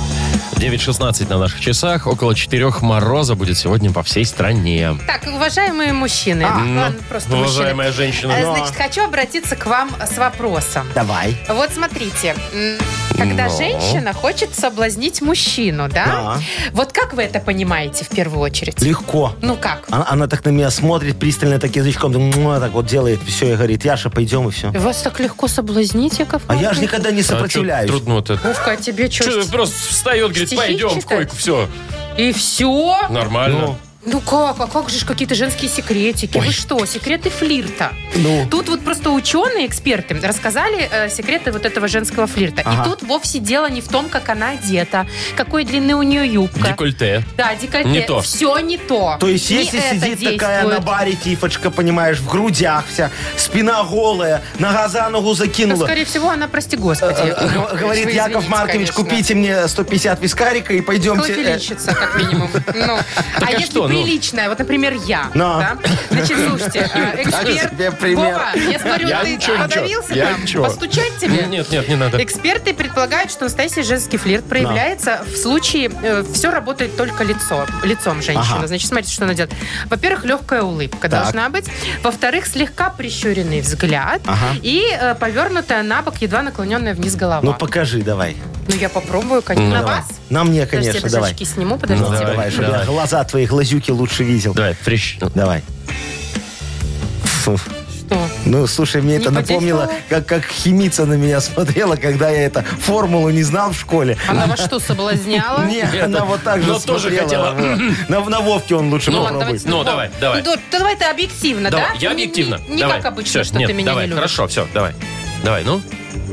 девять шестнадцать на наших часах. Около четырех мороза будет сегодня по всей стране. Так, уважаемые мужчины. А, ладно, просто Уважаемая мужчины. женщина. Э, Значит, хочу обратиться к вам с вопросом. Давай. Вот смотрите, м, когда Ну. женщина хочет соблазнить мужчину, да? Да. Вот как вы это понимаете в первую очередь? Легко. Ну как? Она, она так на меня смотрит пристально, так язычком, муа, так вот делает, все, и говорит, Яша, пойдем, и все. Вас так легко соблазнить, Яков А я же Маркович? никогда не А чё сопротивляюсь. трудно вот это? Вовка, а тебе что? Что, просто встает, говорит, стихи пойдем в читать? койку, все. И все? Нормально. Ну как? А как же ж какие-то женские секретики? Ой. Вы что, секреты флирта? Ну. Тут вот просто ученые, эксперты рассказали э, секреты вот этого женского флирта. Ага. И тут вовсе дело не в том, как она одета, какой длины у нее юбка. Декольте. Да, декольте. Не то. Все не то. То есть, Не если это сидит такая действует. на баре тифочка, понимаешь, в грудях вся, спина голая, нога за ногу Ну, закинула. скорее всего, она, прости господи. Э, э, Говорит, Вы Яков извините, Маркович, конечно. купите мне сто пятьдесят вискарика и пойдемте. э, Клофелинщица, как минимум. Ну, а а если что, ну? приличная, вот, например, я, Но. да? Значит, слушайте, э, эксперт... тебе пример. Вова, я смотрю, Я ты ничего, подавился ничего. Я там? ничего. Постучать тебе? Нет, нет, не надо. Эксперты предполагают, что настоящий женский флирт проявляется в случае... э, все работает только лицо, лицом женщины. Ага. Значит, смотрите, что она делает. Во-первых, легкая улыбка Так. должна быть. Во-вторых, слегка прищуренный взгляд. Ага. И э, повернутая на бок, едва наклоненная вниз голова. Ну, покажи, давай. Ну, я попробую, конечно. Ну, На давай. вас? На мне, Подождите, конечно, я давай. очки сниму, подождите. Ну, Давай, давай, чтобы давай. я глаза твои, глазюки лучше видел. Давай, прищ. Давай. Фу. Что? Ну, слушай, мне Не это напомнило, подействовало? как, как химица на меня смотрела, когда я эту формулу не знал в школе. Она вас что, соблазняла? Не, она вот так же но тоже смотрела. хотела. Вот. На, на Вовке он лучше Ну, попробуй. давайте. Ну, давай, давай. Ну, да, давай ты объективно, Давай, да? я Не- объективно. Не, не Давай. как обычно, Всё, что нет, ты меня давай, не любишь. хорошо, все, давай. Давай, ну.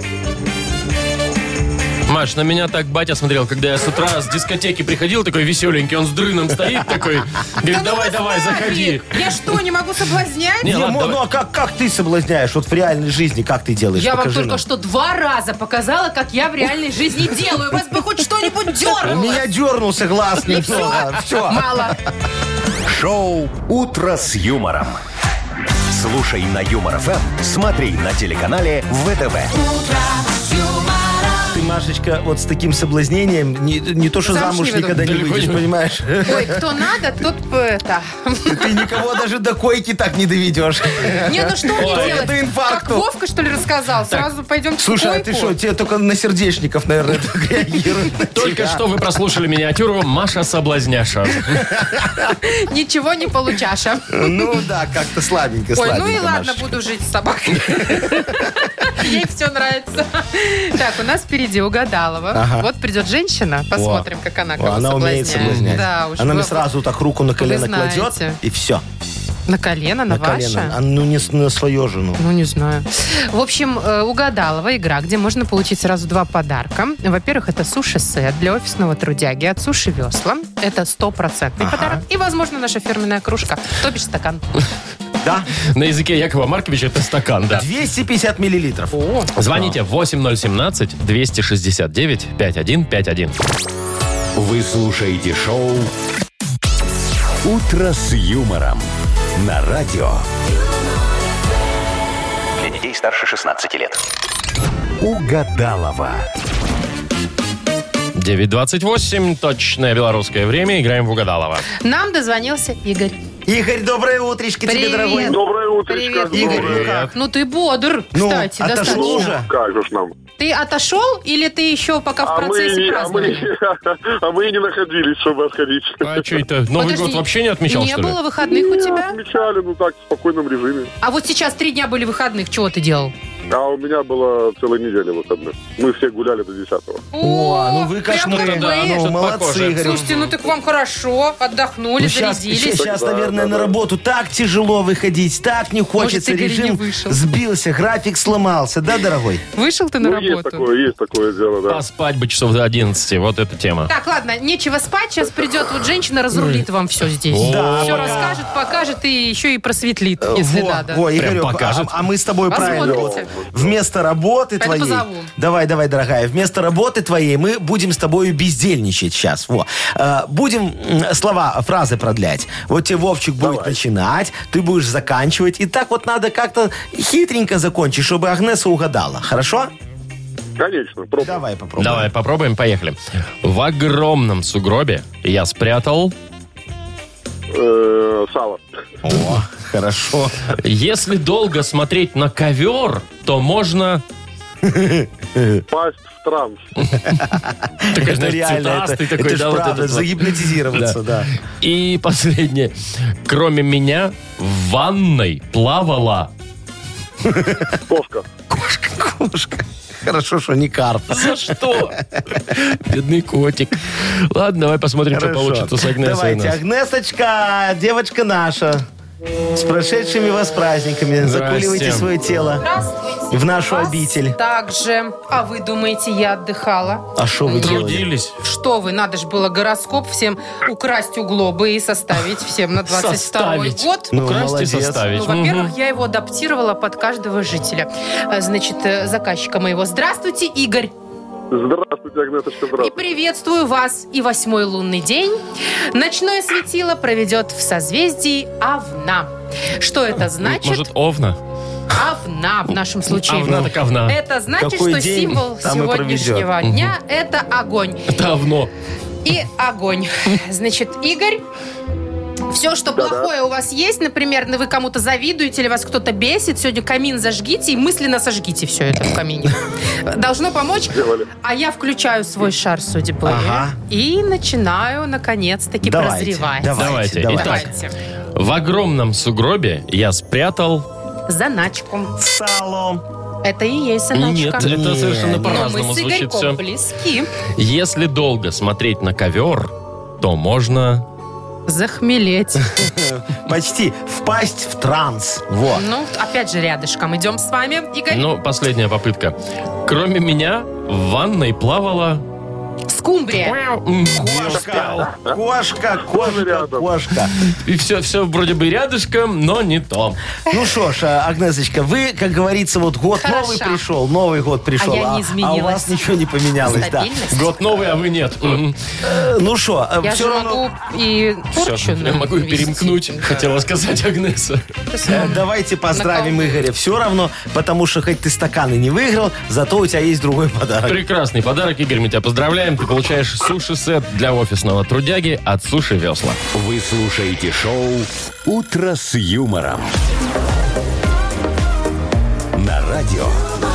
Маш, на меня так батя смотрел, когда я с утра с дискотеки приходил, такой веселенький, он с дрыном стоит такой, говорит, Да ну давай, вы давай, знаете, заходи. Я что, не могу соблазнять? Не, Не, ладно, мо- давай. ну а как, как ты соблазняешь? Вот в реальной жизни как ты делаешь? Я вам Покажи только нам. что два раза показала, как я в реальной жизни делаю. У вас бы хоть что-нибудь У дернуло. меня дернулся глаз И немного. Все. Мало. Шоу «Утро с юмором». Слушай на Юмор ФМ, смотри на телеканале ВТВ. Ты, Машечка, вот с таким соблазнением не, не то, что Замуж замуж не выйду. никогда не Далеко выйдешь, не- понимаешь? Ой, кто надо, тот бы это... Ты никого даже до койки так не доведешь. Не, ну что мне Ой, делать? это инфаркт. Как Вовка, что ли, рассказал? Сразу пойдем в Слушай, а ты койку? что, тебе только на сердечников, наверное, так реагируют. на Только тебя. что вы прослушали миниатюру Маша Соблазняша. Ничего не получаша. Ну да, как-то слабенько, Ой, слабенько, ну и ладно, Машечка. буду жить с собакой. Ей все нравится. Так, у нас впереди Угадалова. Ага. Вот придет женщина, посмотрим, как она О, кого она умеет соблазняет. соблазнять. Да, уж Она мне вы- сразу так руку на колено знаете. кладет, и все. На колено, на, На ваше? колено. А ну не с- на свою жену. Ну, не знаю. В общем, э, Угадалова игра, где можно получить сразу два подарка. Во-первых, это суши-сет для офисного трудяги от Суши Весла. Это стопроцентный Ага. подарок. И, возможно, наша фирменная кружка, то бишь стакан. Да? На языке Якова Марковича это стакан, да. двести пятьдесят миллилитров. О, Звоните восемь ноль семнадцать двести шестьдесят девять пятьдесят один пятьдесят один. Вы слушаете шоу «Утро с юмором» на радио. Для детей старше шестнадцати лет. Угадалова. девять двадцать восемь, точное белорусское время. Играем в Угадалова. нам дозвонился Игорь. Игорь, доброе утречко тебе, Привет. дорогой. Доброе утро. Привет, Игорь, ну Привет. как? Ну, ты бодр, Ну, кстати, отошел достаточно. уже? Как же ж нам? Ты отошел или ты еще пока в А мы, процессе не- а, мы, празднования? а мы и не находились, чтобы отходить. А что это? Новый Подожди, год вообще не отмечал, Не что ли? было выходных у тебя? Отмечали, ну так, в спокойном режиме. А вот сейчас три дня были выходных, чего ты делал? А у меня была целая неделя выходных. Мы все гуляли до десятого. О, ну вы прям кошмары. как да, мы. ну, Ну, что-то молодцы, похоже. Игорь. Слушайте, ну так вам хорошо, отдохнули, Ну, сейчас, зарядились. сейчас, Да, наверное, да, на да. работу так тяжело выходить, так не хочется, Игорь и не режим вышел. сбился, график сломался, да, дорогой? Вышел ты на Ну, есть работу? такое, есть такое дело, да. Поспать бы часов до одиннадцати, вот эта тема. Так, ладно, нечего спать, сейчас придет вот женщина, разрулит вам все здесь. Да, Все пока. расскажет, покажет и еще и просветлит, если во, надо. во, Прям Игорек, покажет. а, а мы с тобой правильно. Посмотрите. Вот, вместо работы Пойду твоей... позову. Давай, давай, дорогая. Вместо работы твоей мы будем с тобой бездельничать сейчас. Во. Э, будем м, слова, фразы продлять. Вот тебе Вовчик будет начинать, ты будешь заканчивать. И так вот надо как-то хитренько закончить, чтобы Агнеса угадала. Хорошо? Конечно, пробуем. Давай попробуем. Давай попробуем, поехали. В огромном сугробе я спрятал... Э, Сало. О, хорошо. Если долго смотреть на ковер, то можно... Пасть в транс. Такой, Это знаешь, реально, это, цветастый такой, это ж да, вот правда, этот вот. загипнотизироваться, да. И последнее. Кроме меня в ванной плавала... Кошка. Кошка, кошка. Хорошо, что не карп. За что? Бедный котик. Ладно, давай посмотрим, что Хорошо. получится с Агнесой у Давайте, нас. Агнесочка, девочка наша. С прошедшими вас праздниками. Здрасте. Закуливайте свое тело Здравствуйте. в нашу Вас обитель. также. А вы думаете, я отдыхала? А что вы делали? Трудились. Что вы, надо же было гороскоп всем украсть у Глобы и составить всем на двадцать второй Составить. год. Ну, Украсть и молодец. составить. Ну, во-первых, Мгм. я его адаптировала под каждого жителя. Э, Значит, э, заказчика моего. Здравствуйте, Игорь. Здравствуйте, Агнесочка, И здравствуйте. приветствую вас. И восьмой лунный день. Ночное светило проведет в созвездии Овна. Что это значит? Может, овна? Овна в нашем случае. Овна так овна. Это значит, Какой что день, символ там и сегодняшнего проведет. дня – это огонь. Это овно. И огонь. Значит, Игорь, все, что плохое у вас есть, например, вы кому-то завидуете или вас кто-то бесит, сегодня камин зажгите и мысленно сожгите все это в камине. Должно помочь. Делали. А я включаю свой шар судьбы Ага. и начинаю, наконец-таки, Давайте, прозревать. давайте, Давайте. давайте. Итак, Давайте. в огромном сугробе я спрятал... Заначку. Сало. Это и есть заначка. Нет, это Нет. совершенно Но Но мы по-разному с звучит Игорьком все. близки. Если долго смотреть на ковер, то можно... Захмелеть. Почти. Впасть в транс. Вот. Ну, опять же, рядышком. Идем с вами, Игорь. Ну, последняя попытка. Кроме меня в ванной плавала... Скумбрия. М, не успел. Кошка, кошка, кошка, рядом. кошка. И все, все вроде бы рядышком, но не то. Ну что ж, а, Агнесочка, вы, как говорится, вот год Хороша. новый пришел, Новый год пришел, А я не а изменилась. у вас ничего не поменялось, да. Стабильность. Год новый, а вы нет. М. Э, Ну что, Я все же равно... могу и Всё, порчу я могу и навести. перемкнуть, хотела сказать Агнеса. Э, Давайте поздравим Наколдуй. Игоря все равно, потому что хоть ты стаканы не выиграл, зато у тебя есть другой подарок. Прекрасный подарок, Игорь, мы тебя поздравляем. Ты получаешь суши-сет для офисного трудяги от Суши Весла. Вы слушаете шоу «Утро с юмором». На радио.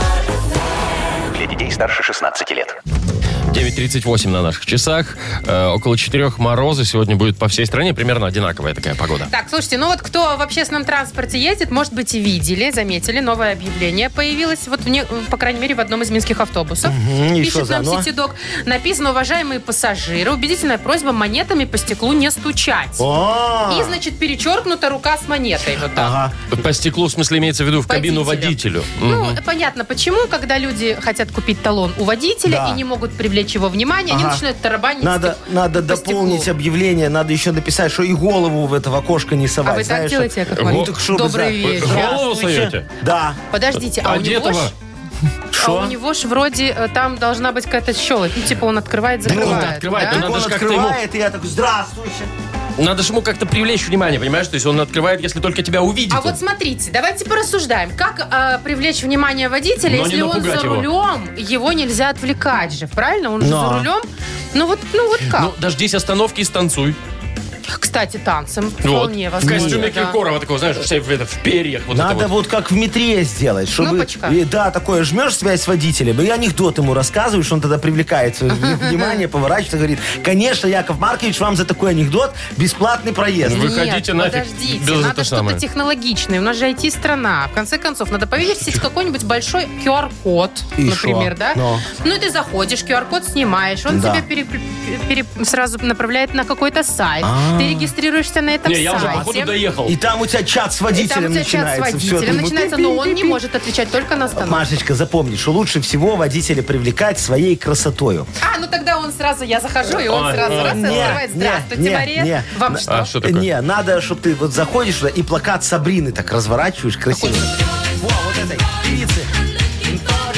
Для детей старше шестнадцати лет. девять тридцать восемь на наших часах. Э, около четырех мороза сегодня будет по всей стране. Примерно одинаковая такая погода. Так, слушайте, ну вот кто в общественном транспорте ездит, может быть, и видели, заметили, новое объявление появилось, вот, в не- по крайней мере, в одном из минских автобусов. Мгм, и что Пишет за нам оно? Ситидок. Написано: уважаемые пассажиры, убедительная просьба монетами по стеклу не стучать. О, И, значит, перечеркнута рука с монетой. Вот так. ага. По стеклу, в смысле, имеется в виду в кабину Водителю. водителю. Ну, Мгм. понятно, почему, когда люди хотят купить талон у водителя Да. и не могут привлечь его внимание, они Ага. начинают тарабанить. Надо, стек- надо по стеклу. дополнить объявление, надо еще написать, что и голову в этого окошка не совать. А вы так знаешь, делаете, Яков ну, Маркович? так чтобы Добрый за- вечер. Голову Здравствуйте. суете? Да. Подождите, а, у него Одетого? ж, а Шо? у него ж вроде э, там должна быть какая-то щелочь. Ну, типа он открывает, закрывает. открывает, да? но Он надо ж как-то открывает, и я такой, здравствуйте. Надо же ему как-то привлечь внимание, понимаешь? То есть он открывает, если только тебя увидит. А вот смотрите, давайте порассуждаем. Как э, привлечь внимание водителя, Но если не он напугать за его. рулем, его нельзя отвлекать же, правильно? Он же Но. за рулем. Ну вот, ну вот как? Ну, дождись остановки и станцуй. Кстати, танцем Вот. вполне В возможно. костюме да. Киркорова такого, знаешь, вся в, это, в перьях. Вот Надо это вот. вот как в метре сделать, чтобы... Кнопочка. И, да, такое, жмешь связь с водителем, и анекдот ему рассказываешь, он тогда привлекает свое внимание, поворачивается и говорит, конечно, Яков Маркович, вам за такой анекдот бесплатный проезд. Вы- Выходите Нет, нафиг подождите, без надо это что-то самое. технологичное. У нас же ай ти-страна. В конце концов, надо повесить какой-нибудь большой ку ар-код, И например, шо? да? Но. Ну, и ты заходишь, ку ар-код снимаешь, он Да. тебя пере- пере- сразу направляет на какой-то сайт. А. Ты регистрируешься на этом Не, я уже, сайте. походу, доехал. И там у тебя чат с И там водителем у тебя чат с начинается. Всё, ты водителем ему начинается, но он не может отвечать только на остановку. Машечка, запомни, что лучше всего водителя привлекать своей красотою. А, ну тогда он сразу, я захожу, и он Ой, сразу ой. раз и Не, открывает. не, Здравствуйте, не, Мария. не. Вам На- что? А что такое? Не, надо, чтобы ты вот заходишь туда и плакат Сабрины так разворачиваешь красиво. Какой Сабрины? Во, вот этой певицы.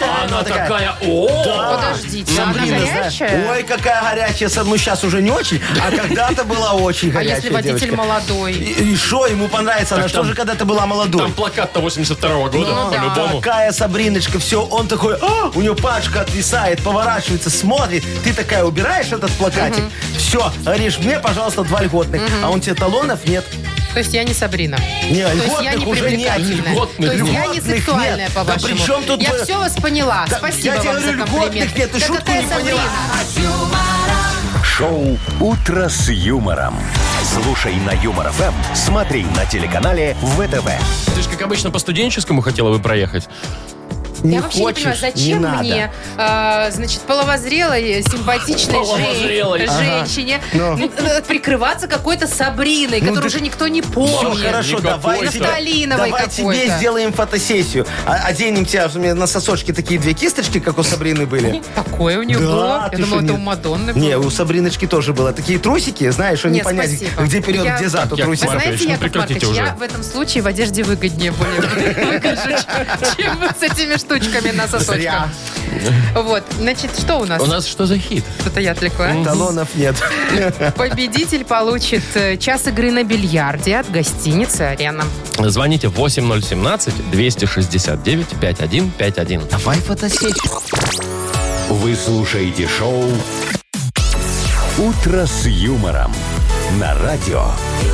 А она такая, о! Подождите, она Сабрина, знаешь, горячая? ой, какая горячая. Ну, сейчас уже не очень, а когда-то была очень А горячая если водитель девочка. молодой? И что, ему понравится? Она что же когда-то была молодой? Там плакат-то восемьдесят второго года, Ну, да. по-любому. Такая Сабриночка, все, он такой, а, у него пачка отвисает, поворачивается, смотрит. Ты такая убираешь этот плакатик, все, говоришь, мне, пожалуйста, два льготных. А он тебе талонов нет. То есть я не Сабрина. Не, То есть я не льготных уже нет. привлекательная. Льготных. То есть я не Льготных сексуальная, нет. по Да вашему. при чем тут Я вы- все вас поняла. Да, Спасибо я тебе вам за говорю, комплимент. льготных нет, ты Да шутку какая не поняла. Сабрина? Шоу «Утро с юмором». Слушай на Юмор ФМ, смотри на телеканале ВТВ. Ты же, как обычно, по студенческому хотела бы проехать. Не Я вообще не хочешь, понимаю, зачем не надо. мне, а, значит, половозрелой, симпатичной Половозрелой. жен- женщине Ну. м, э, прикрываться какой-то Сабриной, которую ты- уже никто не Все помнит. хорошо, не давай какой-то. тебе, Нафталиновой давай тебе какой-то. сделаем фотосессию. А- Оденем тебя, у меня на сосочке такие две кисточки, как у Сабрины были. Такое у нее Да, было. ты Я думала, что, это не- у Мадонны было. Не, у Сабриночки тоже было. Такие трусики, знаешь, что не Нет, понять, спасибо. где вперед, Я- где зад у Я- Вы трусиков. Маркович, знаете, ну Яков прекратите Маркович, уже. я в этом случае в одежде выгоднее более выгляжу, чем вот с этими штучками на сосочках. Зря. Вот, значит, что у нас? У нас что за хит? Это я отвлекаю. Талонов нет. Победитель получит э, час игры на бильярде от гостиницы «Арена». Звоните восемь ноль семнадцать двести шестьдесят девять пятьдесят один пятьдесят один. Давай фотосессию. Вы слушаете шоу «Утро с юмором» на радио.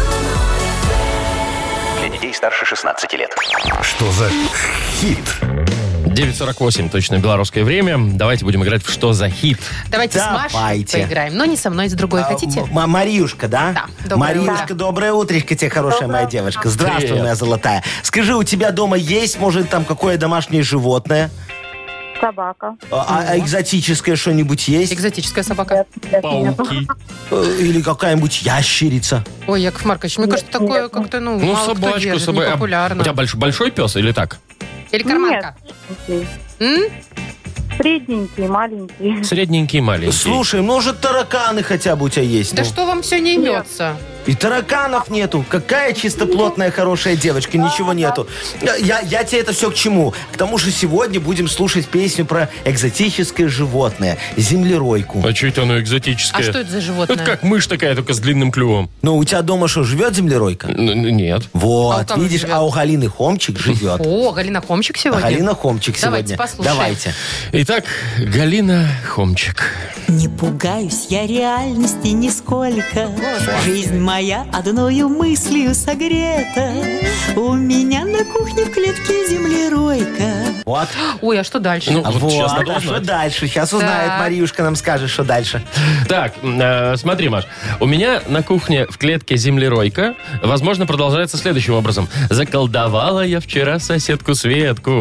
Для детей старше шестнадцати лет. Что за хит? девять сорок восемь, точно белорусское время. Давайте будем играть в «Что за хит?». Давайте с Машей Давайте. поиграем. Но не со мной, с другой. Хотите? А, М- Мариюшка, да? Да, доброе Мариюшка, утро. доброе утречко тебе, хорошая моя девочка. Здравствуй, Привет. моя золотая. Скажи, у тебя дома есть, может, там какое домашнее животное? Собака. А, а экзотическое что-нибудь есть? Экзотическая собака. Пауки. Э, Или какая-нибудь ящерица? Ой, Яков Маркович, мне кажется, такое как-то, ну, Ну, мало кто собачка, держит, собака. не популярно. У тебя больш- большой пес или так? Или карманка? Нет. М? Средненький, маленький. Средненький, маленький. Слушай, может, тараканы хотя бы у тебя есть? Да ну? что вам все не имется? И тараканов нету. Какая чистоплотная, хорошая девочка. Ничего нету. Я, я тебе это все к чему? К тому же сегодня будем слушать песню про экзотическое животное. Землеройку. А что это оно экзотическое? А что это за животное? Это как мышь такая, только с длинным клювом. Ну, у тебя дома что, живет землеройка? Н- н- Нет. Вот, А у кого видишь, живет? а у Галины Хомчик живет. О, Галина Хомчик сегодня? Галина Хомчик Давайте сегодня. послушаем. Давайте. Итак, Галина Хомчик. Не пугаюсь я реальности нисколько. Жизнь моя одною мыслью согрета. У меня на кухне в клетке землеройка. Вот. Ой, а что дальше? Ну, А вот вот, сейчас надо а что узнать. дальше? Сейчас узнает Так. Мариюшка, нам скажет, что дальше. Так, э, смотри, Маш. У меня на кухне в клетке землеройка, возможно, продолжается следующим образом. Заколдовала я вчера соседку Светку.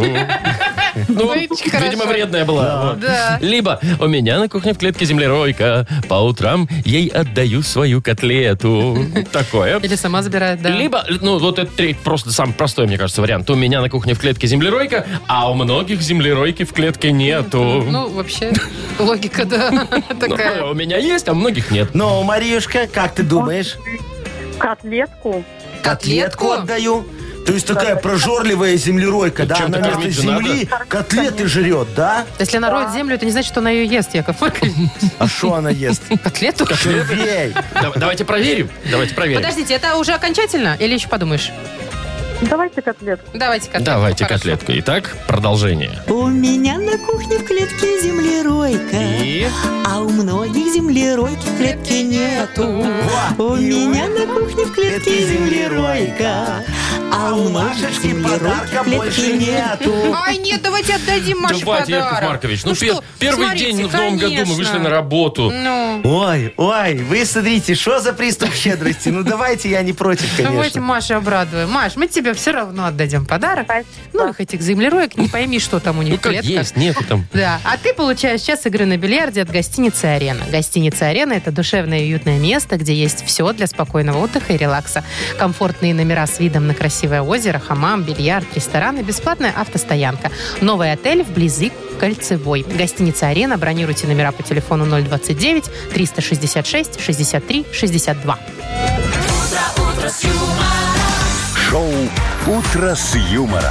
Ну, Очень видимо, хорошо. вредная была. Вот. Да. Либо у меня на кухне в клетке землеройка, по утрам ей отдаю свою котлету. Такое. Или сама забирает, да. Либо, ну, вот это третий, просто самый простой, мне кажется, вариант. У меня на кухне в клетке землеройка, а у многих землеройки в клетке нету. Ну, вообще, логика, да, Ну, такая. у меня есть, а у многих нет. Ну, Мариюшка, как ты думаешь? Котлетку. Котлетку отдаю. То есть такая прожорливая землеройка, да? чем-то Она кормить вместо же земли котлеты жрет, да? Если она роет землю, это не значит, что она ее ест, Яков Маркович. А что она ест? Котлету? Червей. Да- Давайте проверим. Давайте проверим. Подождите, это уже окончательно? Или еще подумаешь? Давайте котлетку. Давайте котлетку. Давайте Хорошо. котлетку. Итак, продолжение. У меня на кухне в клетке землеройка. И... А у многих землеройки в клетке нету. У И меня на кухне в клетке землеройка. А у многих Машечки землеройки подарка в больше клетке нету. Ай, нет, давайте отдадим Маше Давайте, подарок. Яков Маркович. Ну, пе- что, первый смотрите, день в новом году мы конечно. вышли на работу. Ну, Ой, ой, вы смотрите, что за приступ щедрости? Ну давайте, я не против, давайте конечно. Маше обрадуем. Маш, мы тебе все равно отдадим подарок. Спасибо. Ну, их этих землероек, не пойми, что там у них Ну, в как клетках. есть, нету там. Да, а ты получаешь час игры на бильярде от гостиницы «Арена». Гостиница «Арена» — это душевное и уютное место, где есть все для спокойного отдыха и релакса. Комфортные номера с видом на красивое озеро, хамам, бильярд, ресторан и бесплатная автостоянка. Новый отель вблизи Кольцевой. Гостиница «Арена». Бронируйте номера по телефону ноль двадцать девять триста шестьдесят шесть шестьдесят три шестьдесят два. Шоу «Утро с юмором»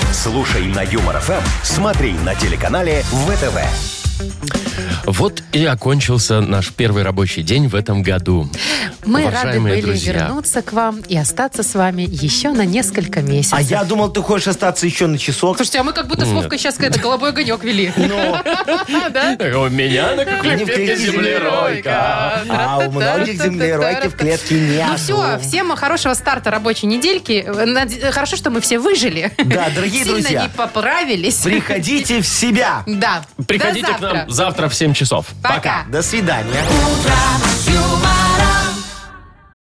Слушай на Юмор ФМ, смотри на телеканале ВТВ. Вот и окончился наш первый рабочий день в этом году. Мы рады Уважаемые были друзья. вернуться к вам и остаться с вами еще на несколько месяцев. А я думал, ты хочешь остаться еще на часок. Слушайте, а мы как будто с Вовкой сейчас какой-то голубой огонек вели. Да? У меня на Не в клетке клетке землеройка. А у многих землеройки в клетке нет. Ну все, всем хорошего старта рабочей недельки. Наде- Хорошо, что мы все выжили. Да, дорогие Сильно друзья. не поправились. Приходите в себя. Да. Приходите До к нам завтра. завтра в семь часов. Пока. До свидания. Утро с юмором.